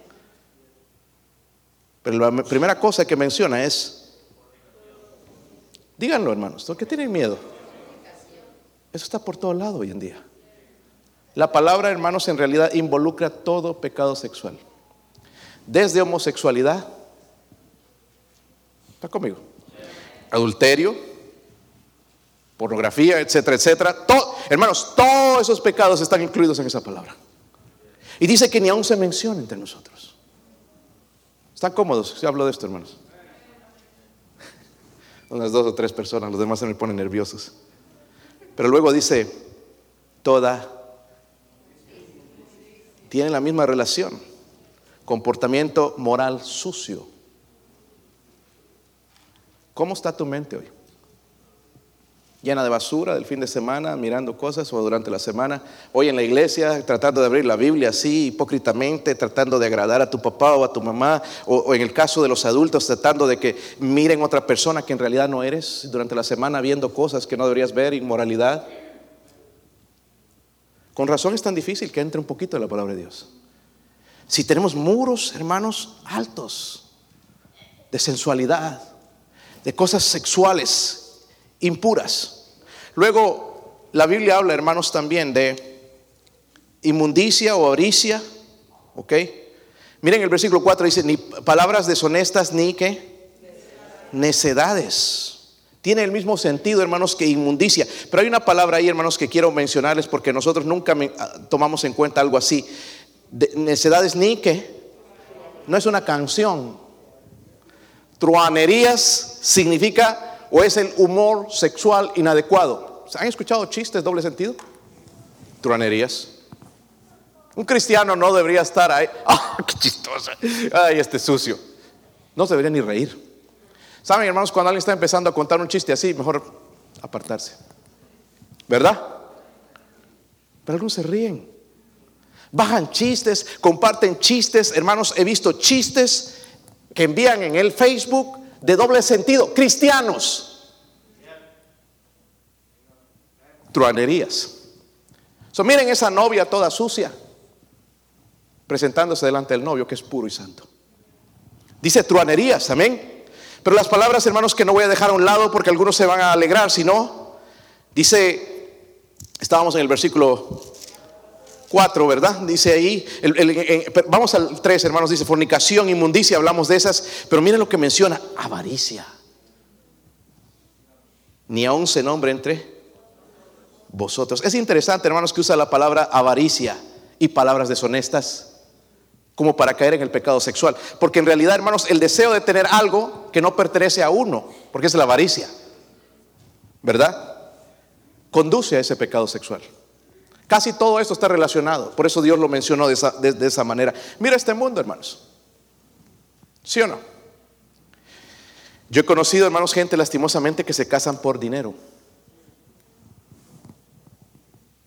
Pero la primera cosa que menciona es, díganlo, hermanos, ¿por qué tienen miedo? Eso está por todo lado hoy en día. La palabra, hermanos, en realidad involucra todo pecado sexual, desde homosexualidad, ¿está conmigo? Adulterio, pornografía, etcétera, etcétera. Todo, hermanos, todos esos pecados están incluidos en esa palabra. Y dice que ni aún se menciona entre nosotros. ¿Están cómodos si hablo de esto, hermanos? Unas dos o tres personas, los demás se me ponen nerviosos. Pero luego dice, toda, tiene la misma relación. Comportamiento moral sucio. ¿Cómo está tu mente hoy? Llena de basura del fin de semana, mirando cosas, o durante la semana, hoy en la iglesia, tratando de abrir la Biblia así, hipócritamente, tratando de agradar a tu papá o a tu mamá, o, o en el caso de los adultos, tratando de que miren otra persona que en realidad no eres, durante la semana viendo cosas que no deberías ver, inmoralidad. Con razón es tan difícil que entre un poquito de la palabra de Dios. Si tenemos muros, hermanos, altos, de sensualidad, de cosas sexuales impuras. Luego la Biblia habla, hermanos, también de inmundicia o avaricia. Ok, miren el versículo cuatro, dice ni palabras deshonestas ni que necedades. Tiene el mismo sentido, hermanos, que inmundicia. Pero hay una palabra ahí, hermanos, que quiero mencionarles, porque nosotros nunca me, tomamos en cuenta algo así. De, necedades ni que, no es una canción. Truanerías significa, o es el humor sexual inadecuado. ¿Han escuchado chistes doble sentido? Truanerías. Un cristiano no debería estar ahí. ¡Ah, qué chistosa! ¡Ay, este sucio! No se debería ni reír. ¿Saben, hermanos? Cuando alguien está empezando a contar un chiste así, mejor apartarse, ¿verdad? Pero algunos se ríen, bajan chistes, comparten chistes. Hermanos, he visto chistes que envían en el Facebook de doble sentido, cristianos. Truanerías. So, miren esa novia toda sucia presentándose delante del novio que es puro y santo. Dice truanerías, amén. Pero las palabras, hermanos, que no voy a dejar a un lado porque algunos se van a alegrar, sino dice, estábamos en el versículo cuatro, ¿verdad? Dice ahí, el, el, el, vamos al tres, hermanos, dice fornicación, inmundicia, hablamos de esas, pero miren lo que menciona, avaricia. Ni aún se nombre entre vosotros. Es interesante, hermanos, que usa la palabra avaricia y palabras deshonestas como para caer en el pecado sexual, porque en realidad, hermanos, el deseo de tener algo que no pertenece a uno, porque es la avaricia, ¿verdad? Conduce a ese pecado sexual. Casi todo esto está relacionado. Por eso Dios lo mencionó de esa, de, de esa manera. Mira este mundo, hermanos. ¿Sí o no? Yo he conocido, hermanos, gente lastimosamente que se casan por dinero.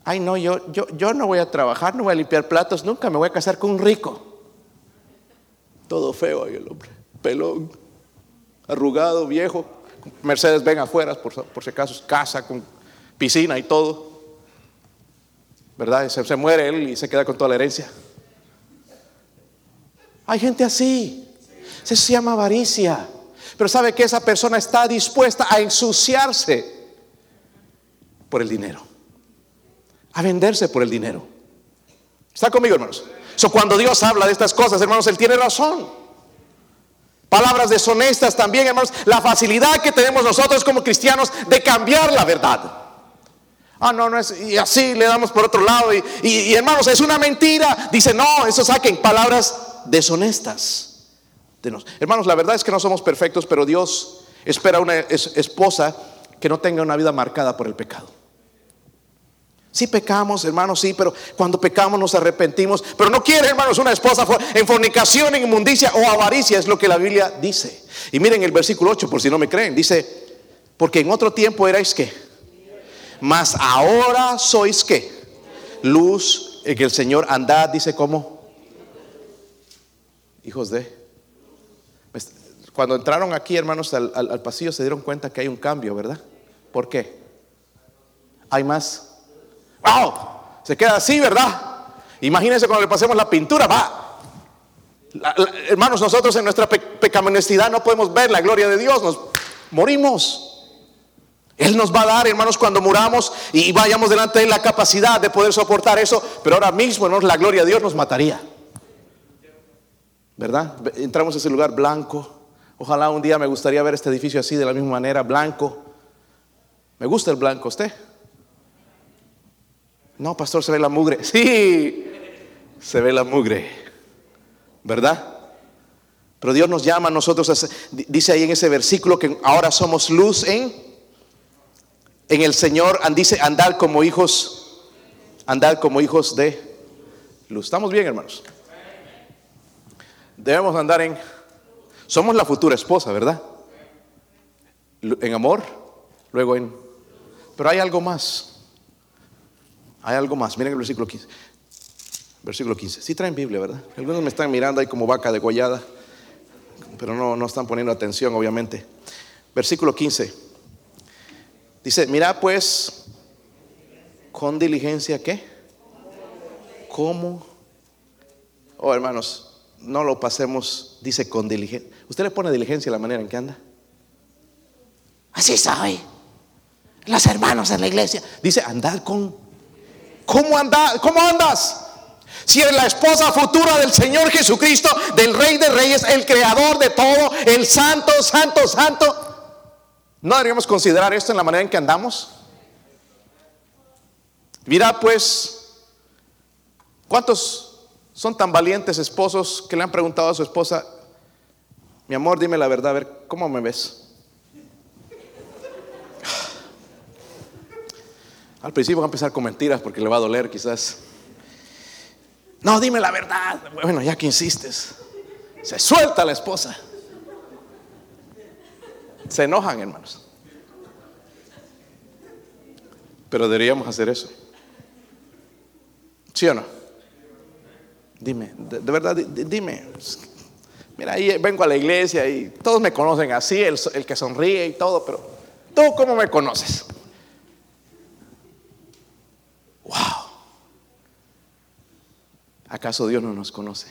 Ay, no, yo, yo, yo no voy a trabajar, no voy a limpiar platos, nunca me voy a casar con un rico. Todo feo ahí el hombre, pelón, arrugado, viejo. Mercedes Benz afuera, por, por si acaso, casa con piscina y todo, ¿verdad? Se, se muere él y se queda con toda la herencia. Hay gente así. Eso se llama avaricia. Pero sabe que esa persona está dispuesta a ensuciarse por el dinero, a venderse por el dinero. ¿Está conmigo, hermanos? So, cuando Dios habla de estas cosas, hermanos, Él tiene razón. Palabras deshonestas también, hermanos. La facilidad que tenemos nosotros como cristianos de cambiar la verdad. Ah, no, no es, y así le damos por otro lado. Y, y, y hermanos, es una mentira. Dice, no, eso saquen palabras deshonestas de nos. Hermanos, la verdad es que no somos perfectos, pero Dios espera una es, esposa que no tenga una vida marcada por el pecado. Sí pecamos, hermanos, sí, pero cuando pecamos nos arrepentimos. Pero no quiere, hermanos, una esposa en fornicación, en inmundicia o avaricia, es lo que la Biblia dice. Y miren el versículo ocho, por si no me creen, dice, porque en otro tiempo erais ¿qué? Mas ahora sois ¿qué? Luz en el Señor, andad, dice, ¿cómo? Hijos de. Cuando entraron aquí, hermanos, al, al, al pasillo, se dieron cuenta que hay un cambio, ¿verdad? ¿Por qué? Hay más. ¡Wow! Se queda así, ¿verdad? Imagínense cuando le pasemos la pintura, va. La, la, hermanos, nosotros en nuestra pe pecaminosidad no podemos ver la gloria de Dios, nos morimos. Él nos va a dar, hermanos, cuando muramos y vayamos delante de Él, la capacidad de poder soportar eso. Pero ahora mismo, hermanos, la gloria de Dios nos mataría, ¿verdad? Entramos a ese lugar blanco. Ojalá un día me gustaría ver este edificio así, de la misma manera, blanco. Me gusta el blanco, ¿usted? No, pastor, se ve la mugre. Sí, se ve la mugre, ¿verdad? Pero Dios nos llama a nosotros a, dice ahí en ese versículo que ahora somos luz en En el Señor. Dice, andar como hijos, andar como hijos de luz. ¿Estamos bien, hermanos? Debemos andar en, somos la futura esposa, ¿verdad? En amor, luego en, pero hay algo más. Hay algo más. Miren el versículo quince. Versículo quince. Sí traen Biblia, ¿verdad? Algunos me están mirando ahí como vaca degollada, pero no, no están poniendo atención, obviamente. Versículo quince. Dice, mira pues con diligencia, ¿qué? ¿Cómo? Oh, hermanos, no lo pasemos, dice con diligencia. ¿Usted le pone diligencia a la manera en que anda? Así soy. Los hermanos en la iglesia. Dice, andar con. ¿Cómo andas? ¿Cómo andas? Si eres la esposa futura del Señor Jesucristo, del Rey de Reyes, el creador de todo, el santo, santo, santo, ¿no deberíamos considerar esto en la manera en que andamos? Mira pues, ¿cuántos son tan valientes esposos que le han preguntado a su esposa, mi amor, dime la verdad, a ver, ¿cómo me ves? Al principio va a empezar con mentiras porque le va a doler quizás. No, dime la verdad. Bueno, ya que insistes, se suelta la esposa. Se enojan, hermanos. Pero deberíamos hacer eso. ¿Sí o no? Dime, de, de verdad, d- dime. Mira, ahí vengo a la iglesia y todos me conocen así, el, el que sonríe y todo, pero ¿tú cómo me conoces? Wow. ¿Acaso Dios no nos conoce?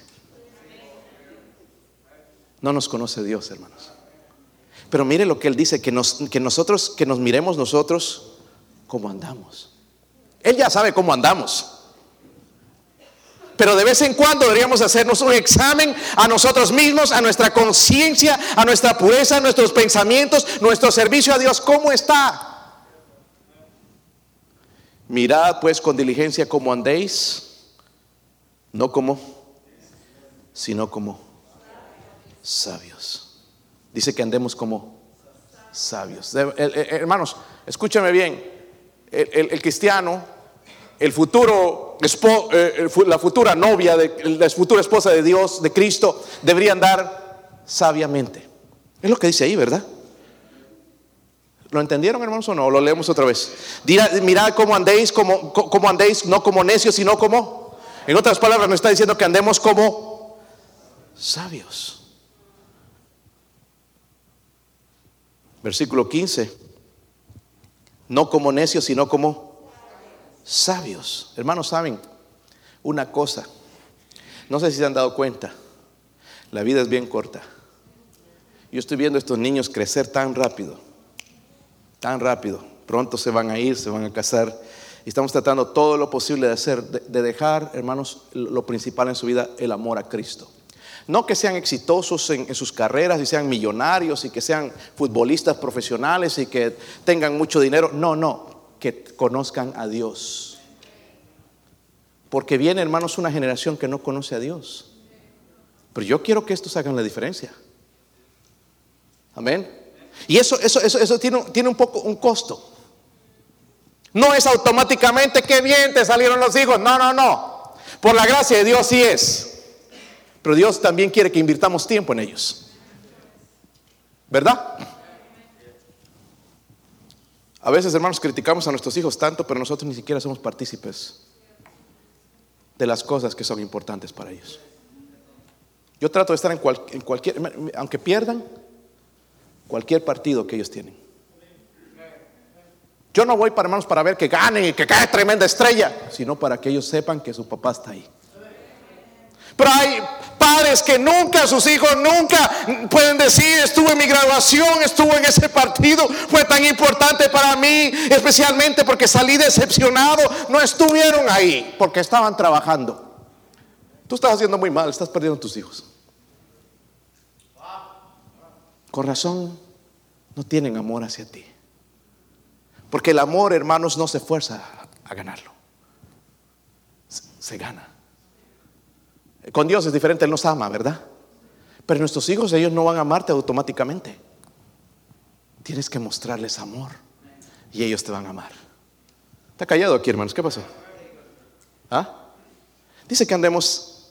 No nos conoce Dios, hermanos. Pero mire lo que Él dice, que, nos, que nosotros, que nos miremos nosotros cómo andamos. Él ya sabe cómo andamos. Pero de vez en cuando deberíamos hacernos un examen a nosotros mismos, a nuestra conciencia, a nuestra pureza, a nuestros pensamientos, nuestro servicio a Dios. ¿Cómo está? Mirad pues con diligencia cómo andéis, no como, sino como sabios. Dice que andemos como sabios. El, el, el, hermanos, escúchame bien. El, el, el cristiano, el futuro, eh, la futura novia, de, la futura esposa de Dios, de Cristo, debería andar sabiamente. Es lo que dice ahí, ¿verdad? ¿Lo entendieron, hermanos, o no? Lo leemos otra vez. Dirá, mirad cómo andéis, como, como andéis, no como necios, sino como, en otras palabras, nos está diciendo que andemos como sabios. Versículo quince. No como necios, sino como sabios. Hermanos, ¿saben una cosa? No sé si se han dado cuenta. La vida es bien corta. Yo estoy viendo a estos niños crecer tan rápido. Tan rápido. Pronto se van a ir, se van a casar. Y estamos tratando todo lo posible de hacer, de, de dejar, hermanos, lo principal en su vida, el amor a Cristo. No que sean exitosos en, en sus carreras y sean millonarios y que sean futbolistas profesionales y que tengan mucho dinero. No, no, que conozcan a Dios. Porque viene, hermanos, una generación que no conoce a Dios. Pero yo quiero que estos hagan la diferencia. Amén. Y eso, eso, eso, eso tiene, tiene un poco un costo. No es automáticamente que bien te salieron los hijos. No, no, no. Por la gracia de Dios sí es. Pero Dios también quiere que invirtamos tiempo en ellos. ¿Verdad? A veces, hermanos, criticamos a nuestros hijos tanto, pero nosotros ni siquiera somos partícipes de las cosas que son importantes para ellos. Yo trato de estar en, cual, en cualquier, aunque pierdan, cualquier partido que ellos tienen. Yo no voy, para hermanos, para ver que gane y que cae tremenda estrella, sino para que ellos sepan que su papá está ahí. Pero hay padres que nunca, sus hijos nunca pueden decir: estuve en mi graduación, estuve en ese partido, fue tan importante para mí, especialmente porque salí decepcionado. No estuvieron ahí porque estaban trabajando. Tú estás haciendo muy mal, estás perdiendo a tus hijos. Con razón no tienen amor hacia ti. Porque el amor, hermanos, no se fuerza a ganarlo, se, se gana. Con Dios es diferente, Él nos ama, ¿verdad? Pero nuestros hijos, ellos no van a amarte automáticamente. Tienes que mostrarles amor y ellos te van a amar. Está callado aquí, hermanos, ¿qué pasó? ¿Ah? Dice que andemos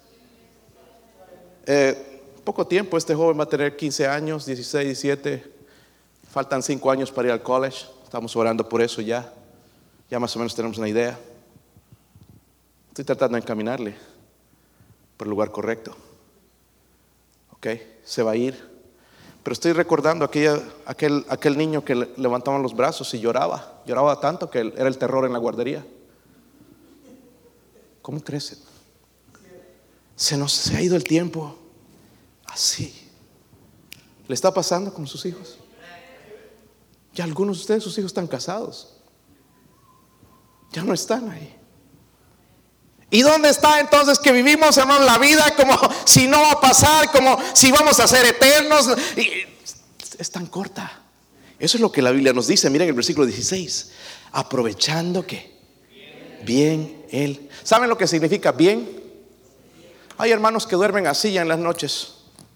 eh, poco tiempo. Este joven va a tener quince años, dieciséis, diecisiete. Faltan cinco años para ir al college. Estamos orando por eso ya. Ya más o menos tenemos una idea. Estoy tratando de encaminarle por el lugar correcto. Ok, se va a ir. Pero estoy recordando aquella, aquel, aquel niño que le, levantaban los brazos y lloraba. Lloraba tanto que era el terror en la guardería. ¿Cómo crecen? Se nos se ha ido el tiempo así. ¿Le está pasando con sus hijos? Ya algunos de ustedes, sus hijos están casados. Ya no están ahí. ¿Y dónde está entonces que vivimos, hermanos, la vida como si no va a pasar, como si vamos a ser eternos? Y es tan corta. Eso es lo que la Biblia nos dice. Miren el versículo dieciséis. Aprovechando que bien Él. ¿Saben lo que significa bien? Hay hermanos que duermen así ya en las noches.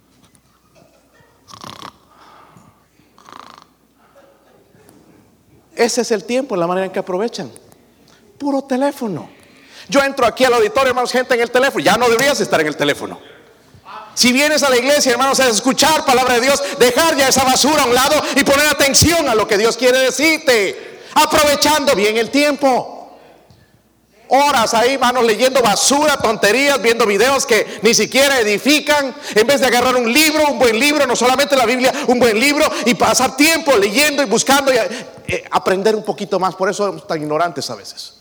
Ese es el tiempo, la manera en que aprovechan. Puro teléfono. Yo entro aquí al auditorio, hermanos, gente en el teléfono. Ya no deberías estar en el teléfono. Si vienes a la iglesia, hermanos, a escuchar palabra de Dios, dejar ya esa basura a un lado y poner atención a lo que Dios quiere decirte, aprovechando bien el tiempo. Horas ahí, hermanos, leyendo basura, tonterías, viendo videos que ni siquiera edifican, en vez de agarrar un libro, un buen libro, no solamente la Biblia, un buen libro, y pasar tiempo leyendo y buscando y eh, aprender un poquito más. Por eso somos tan ignorantes a veces.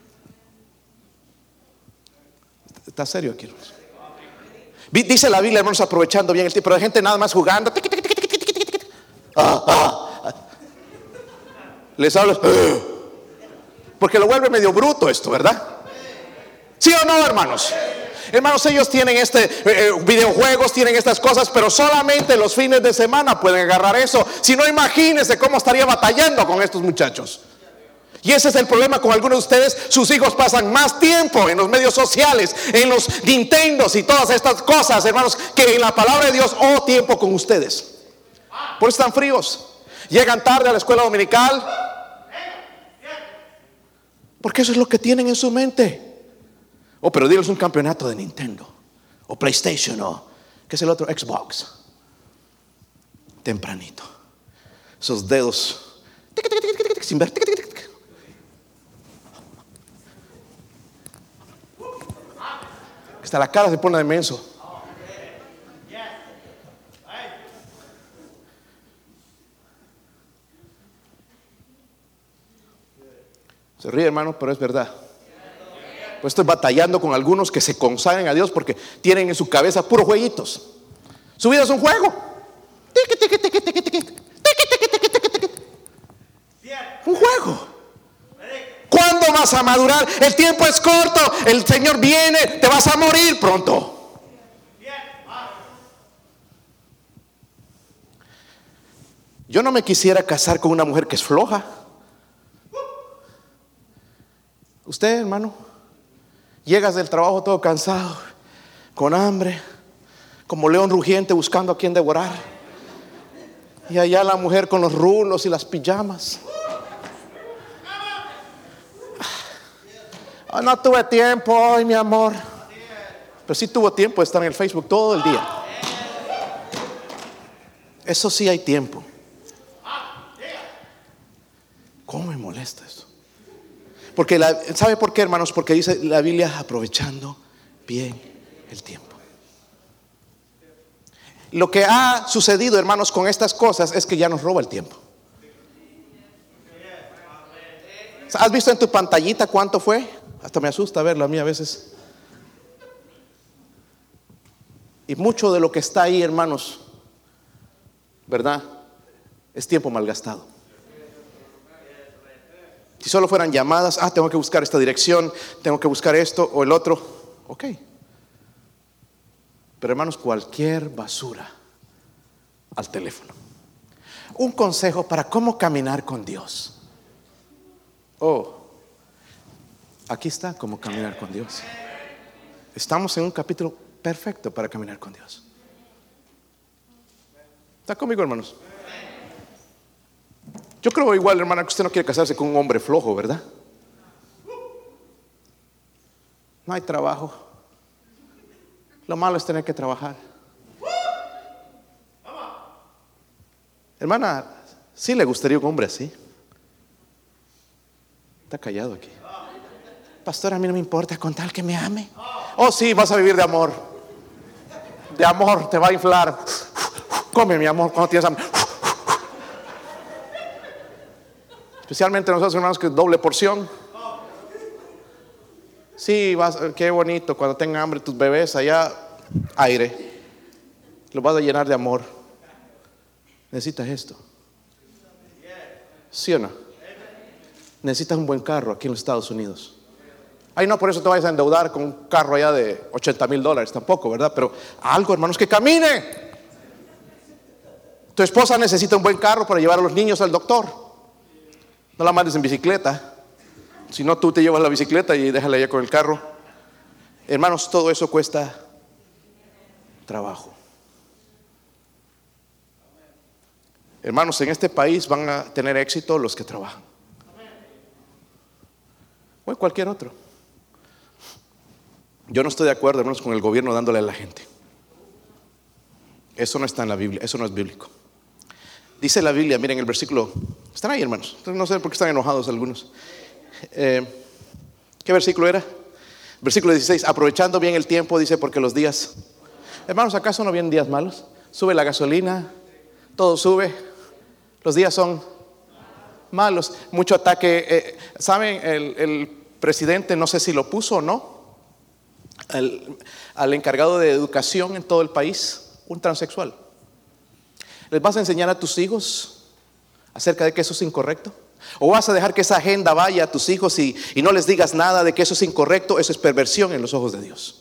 ¿Está serio aquí, hermanos? Dice la Biblia, hermanos, aprovechando bien el tiempo, pero hay gente nada más jugando. Ah, ah. Les hablo porque lo vuelve medio bruto esto, ¿verdad? ¿Sí o no, hermanos? Hermanos, ellos tienen este eh, videojuegos, tienen estas cosas, pero solamente los fines de semana pueden agarrar eso. Si no, imagínense cómo estaría batallando con estos muchachos. Y ese es el problema con algunos de ustedes. Sus hijos pasan más tiempo en los medios sociales, en los Nintendos y todas estas cosas, hermanos, que en la palabra de Dios o tiempo con ustedes. Por eso están fríos. Llegan tarde a la escuela dominical, porque eso es lo que tienen en su mente. Oh, pero diles un campeonato de Nintendo o PlayStation o ¿qué es el otro? Xbox. Tempranito. Esos dedos sin ver. Hasta la cara se pone de menso. Se ríe, hermano, pero es verdad. Pues estoy batallando con algunos que se consagran a Dios porque tienen en su cabeza puros jueguitos. Su vida es un juego. Un juego. ¿Cuándo vas a madurar? El tiempo es corto. El Señor viene. Te vas a morir pronto. Yo no me quisiera casar con una mujer que es floja. Usted, hermano, llegas del trabajo todo cansado, con hambre, como león rugiente buscando a quien devorar. Y allá la mujer con los rulos y las pijamas. Oh, no tuve tiempo hoy, mi amor. Pero sí tuvo tiempo de estar en el Facebook todo el día. Eso sí hay tiempo. ¿Cómo me molesta eso? Porque la, ¿sabe por qué, hermanos? Porque dice la Biblia, aprovechando bien el tiempo. Lo que ha sucedido, hermanos, con estas cosas es que ya nos roba el tiempo. ¿Has visto en tu pantallita cuánto fue? Hasta me asusta verlo a mí a veces. Y mucho de lo que está ahí, hermanos, ¿verdad? Es tiempo malgastado. Si solo fueran llamadas, ah, tengo que buscar esta dirección, tengo que buscar esto o el otro, ok. Pero hermanos, cualquier basura al teléfono. Un consejo para cómo caminar con Dios. Oh, aquí está cómo caminar con Dios. Estamos en un capítulo perfecto para caminar con Dios. ¿Está conmigo, hermanos? Yo creo igual, hermana, que usted no quiere casarse con un hombre flojo, ¿verdad? No hay trabajo. Lo malo es tener que trabajar. Hermana, ¿sí le gustaría un hombre así? Está callado aquí. Pastor, a mí no me importa con tal que me ame. Oh, sí, vas a vivir de amor. De amor, te va a inflar. Come, mi amor, cuando tienes hambre. Especialmente nosotros, hermanos, que es doble porción. Sí, vas, qué bonito cuando tengan hambre tus bebés allá, aire. Los vas a llenar de amor. Necesitas esto. ¿Sí o no? Necesitas un buen carro aquí en los Estados Unidos. Ay, no, por eso te vayas a endeudar con un carro allá de ochenta mil dólares tampoco, ¿verdad? Pero algo, hermanos, que camine. Tu esposa necesita un buen carro para llevar a los niños al doctor. No la mandes en bicicleta. Si no, tú te llevas la bicicleta y déjala allá con el carro. Hermanos, todo eso cuesta trabajo. Hermanos, en este país van a tener éxito los que trabajan. O en cualquier otro. Yo no estoy de acuerdo, hermanos, con el gobierno dándole a la gente. Eso no está en la Biblia, eso no es bíblico. Dice la Biblia, miren el versículo. Están ahí, hermanos. No sé por qué están enojados algunos. Eh, ¿Qué versículo era? Versículo dieciséis. Aprovechando bien el tiempo, dice, porque los días. Hermanos, ¿acaso no vienen días malos? Sube la gasolina, todo sube. Los días son malos. Mucho ataque. Eh, ¿Saben? El, el presidente, no sé si lo puso o no, al, al encargado de educación en todo el país, un transexual. ¿Les vas a enseñar a tus hijos acerca de que eso es incorrecto? ¿O vas a dejar que esa agenda vaya a tus hijos y, y no les digas nada de que eso es incorrecto? Eso es perversión en los ojos de Dios.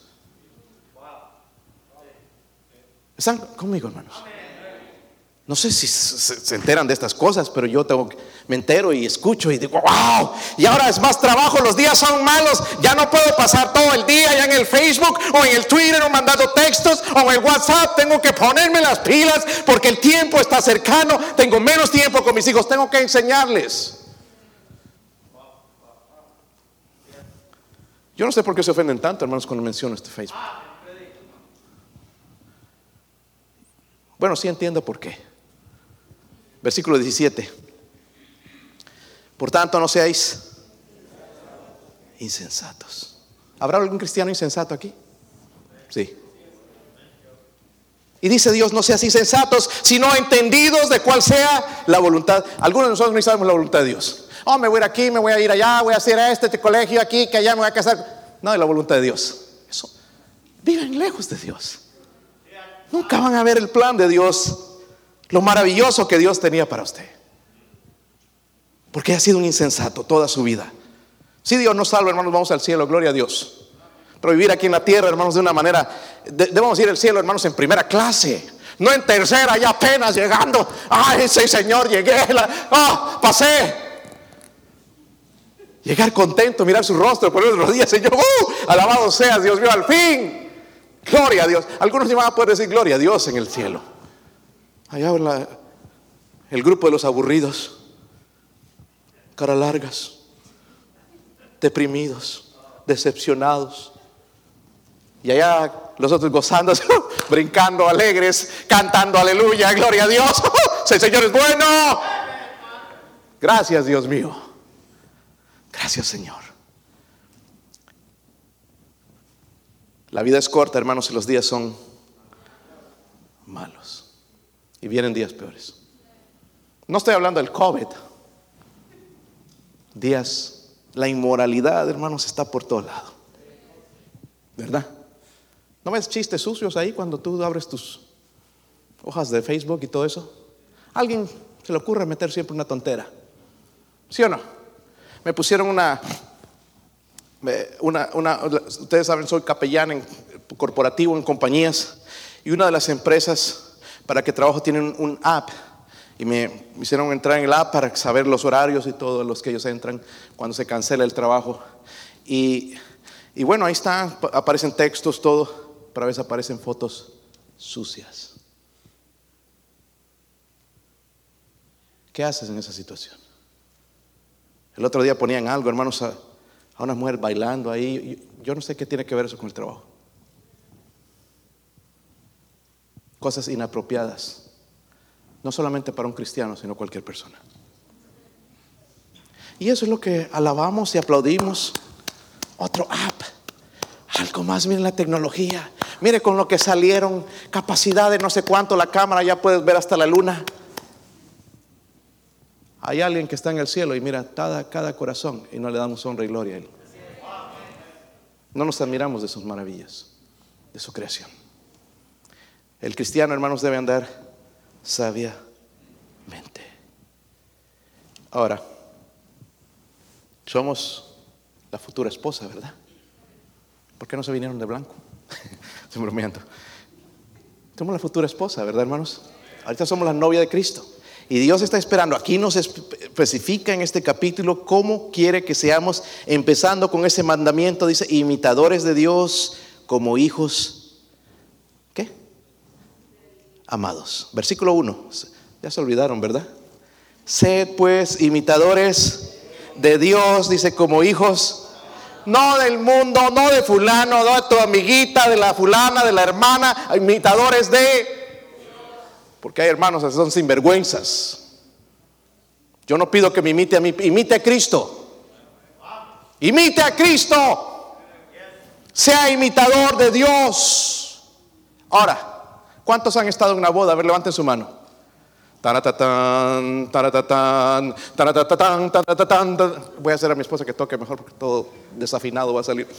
¿Están conmigo, hermanos? No sé si se, se enteran de estas cosas, pero yo tengo, me entero y escucho y digo, wow, y ahora es más trabajo, los días son malos, ya no puedo pasar todo el día ya en el Facebook o en el Twitter o mandando textos o en el WhatsApp, tengo que ponerme las pilas porque el tiempo está cercano, tengo menos tiempo con mis hijos, tengo que enseñarles. Yo no sé por qué se ofenden tanto, hermanos, cuando menciono este Facebook. Bueno, sí entiendo por qué. Versículo diecisiete. Por tanto, no seáis insensatos. ¿Habrá algún cristiano insensato aquí? Sí. Y dice Dios, no seas insensatos, sino entendidos de cuál sea la voluntad. Algunos de nosotros no sabemos la voluntad de Dios. Oh, me voy a ir aquí, me voy a ir allá, voy a hacer este, este colegio aquí, que allá me voy a casar. No, de la voluntad de Dios. Eso, viven lejos de Dios. Nunca van a ver el plan de Dios, lo maravilloso que Dios tenía para usted. Porque ha sido un insensato toda su vida. Si Dios nos salva, hermanos, vamos al cielo, gloria a Dios. Pero vivir aquí en la tierra, hermanos, de una manera, de, debemos ir al cielo, hermanos, en primera clase, no en tercera, ya apenas llegando. Ay, sí, Señor, llegué, la, oh, pasé. Llegar contento, mirar su rostro, poner los rodillas, Señor, uh, alabado seas, Dios mío, al fin. Gloria a Dios. Algunos ni van a poder decir gloria a Dios en el cielo. Allá en la, el grupo de los aburridos, cara largas, deprimidos, decepcionados. Y allá los otros gozándose, brincando, alegres, cantando aleluya, gloria a Dios. El Señor es bueno. Gracias, Dios mío. Gracias, Señor. La vida es corta, hermanos, y los días son malos. Y vienen días peores. No estoy hablando del COVID. Días, la inmoralidad, hermanos, está por todo lado. ¿Verdad? ¿No ves chistes sucios ahí cuando tú abres tus hojas de Facebook y todo eso? A alguien se le ocurre meter siempre una tontera. ¿Sí o no? Me pusieron una, una, una ustedes saben, soy capellán en corporativo en compañías, y una de las empresas para que trabajo tienen un, un app, y me hicieron entrar en el app para saber los horarios y todos los que ellos entran cuando se cancela el trabajo. Y, y bueno, ahí está, aparecen textos, todo. Pero a veces aparecen fotos sucias. ¿Qué haces en esa situación? El otro día ponían algo, hermanos, a, a una mujer bailando ahí. Yo no sé qué tiene que ver eso con el trabajo. Cosas inapropiadas. No solamente para un cristiano, sino cualquier persona. Y eso es lo que alabamos y aplaudimos. Otro app. Algo más, miren la tecnología. Mire con lo que salieron, capacidad de no sé cuánto, la cámara, ya puedes ver hasta la luna. Hay alguien que está en el cielo y mira cada, cada corazón y no le damos honra y gloria a él. No nos admiramos de sus maravillas, de su creación. El cristiano, hermanos, debe andar sabiamente. Ahora, somos la futura esposa, ¿verdad? ¿Por qué no se vinieron de blanco? Estoy bromeando. Somos la futura esposa, ¿verdad, hermanos? Ahorita somos la novia de Cristo. Y Dios está esperando. Aquí nos especifica en este capítulo cómo quiere que seamos, empezando con ese mandamiento. Dice, imitadores de Dios como hijos, ¿qué? Amados. Versículo uno. Ya se olvidaron, ¿verdad? Sed pues imitadores de Dios, dice, como hijos. No del mundo, no de fulano, no de tu amiguita, de la fulana, de la hermana, imitadores de... Porque hay hermanos que son sinvergüenzas. Yo no pido que me imite a mí, imite a Cristo. Imite a Cristo. Sea imitador de Dios. Ahora, ¿cuántos han estado en una boda? A ver, levanten su mano. Taratatán, taratatán, taratatán, taratatán. Voy a hacer a mi esposa que toque mejor porque todo desafinado va a salir.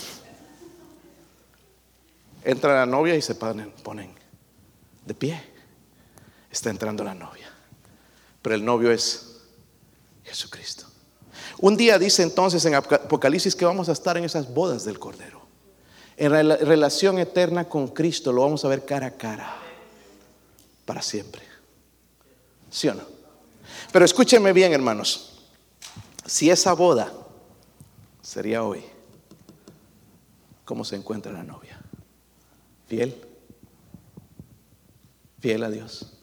Entra la novia y se ponen, ponen de pie. Está entrando la novia, pero el novio es Jesucristo. Un día dice entonces en Apocalipsis que vamos a estar en esas bodas del Cordero, en relación eterna con Cristo. Lo vamos a ver cara a cara para siempre. ¿Sí o no? Pero escúchenme bien, hermanos. Si esa boda sería hoy, ¿cómo se encuentra la novia? Fiel. Fiel a Dios.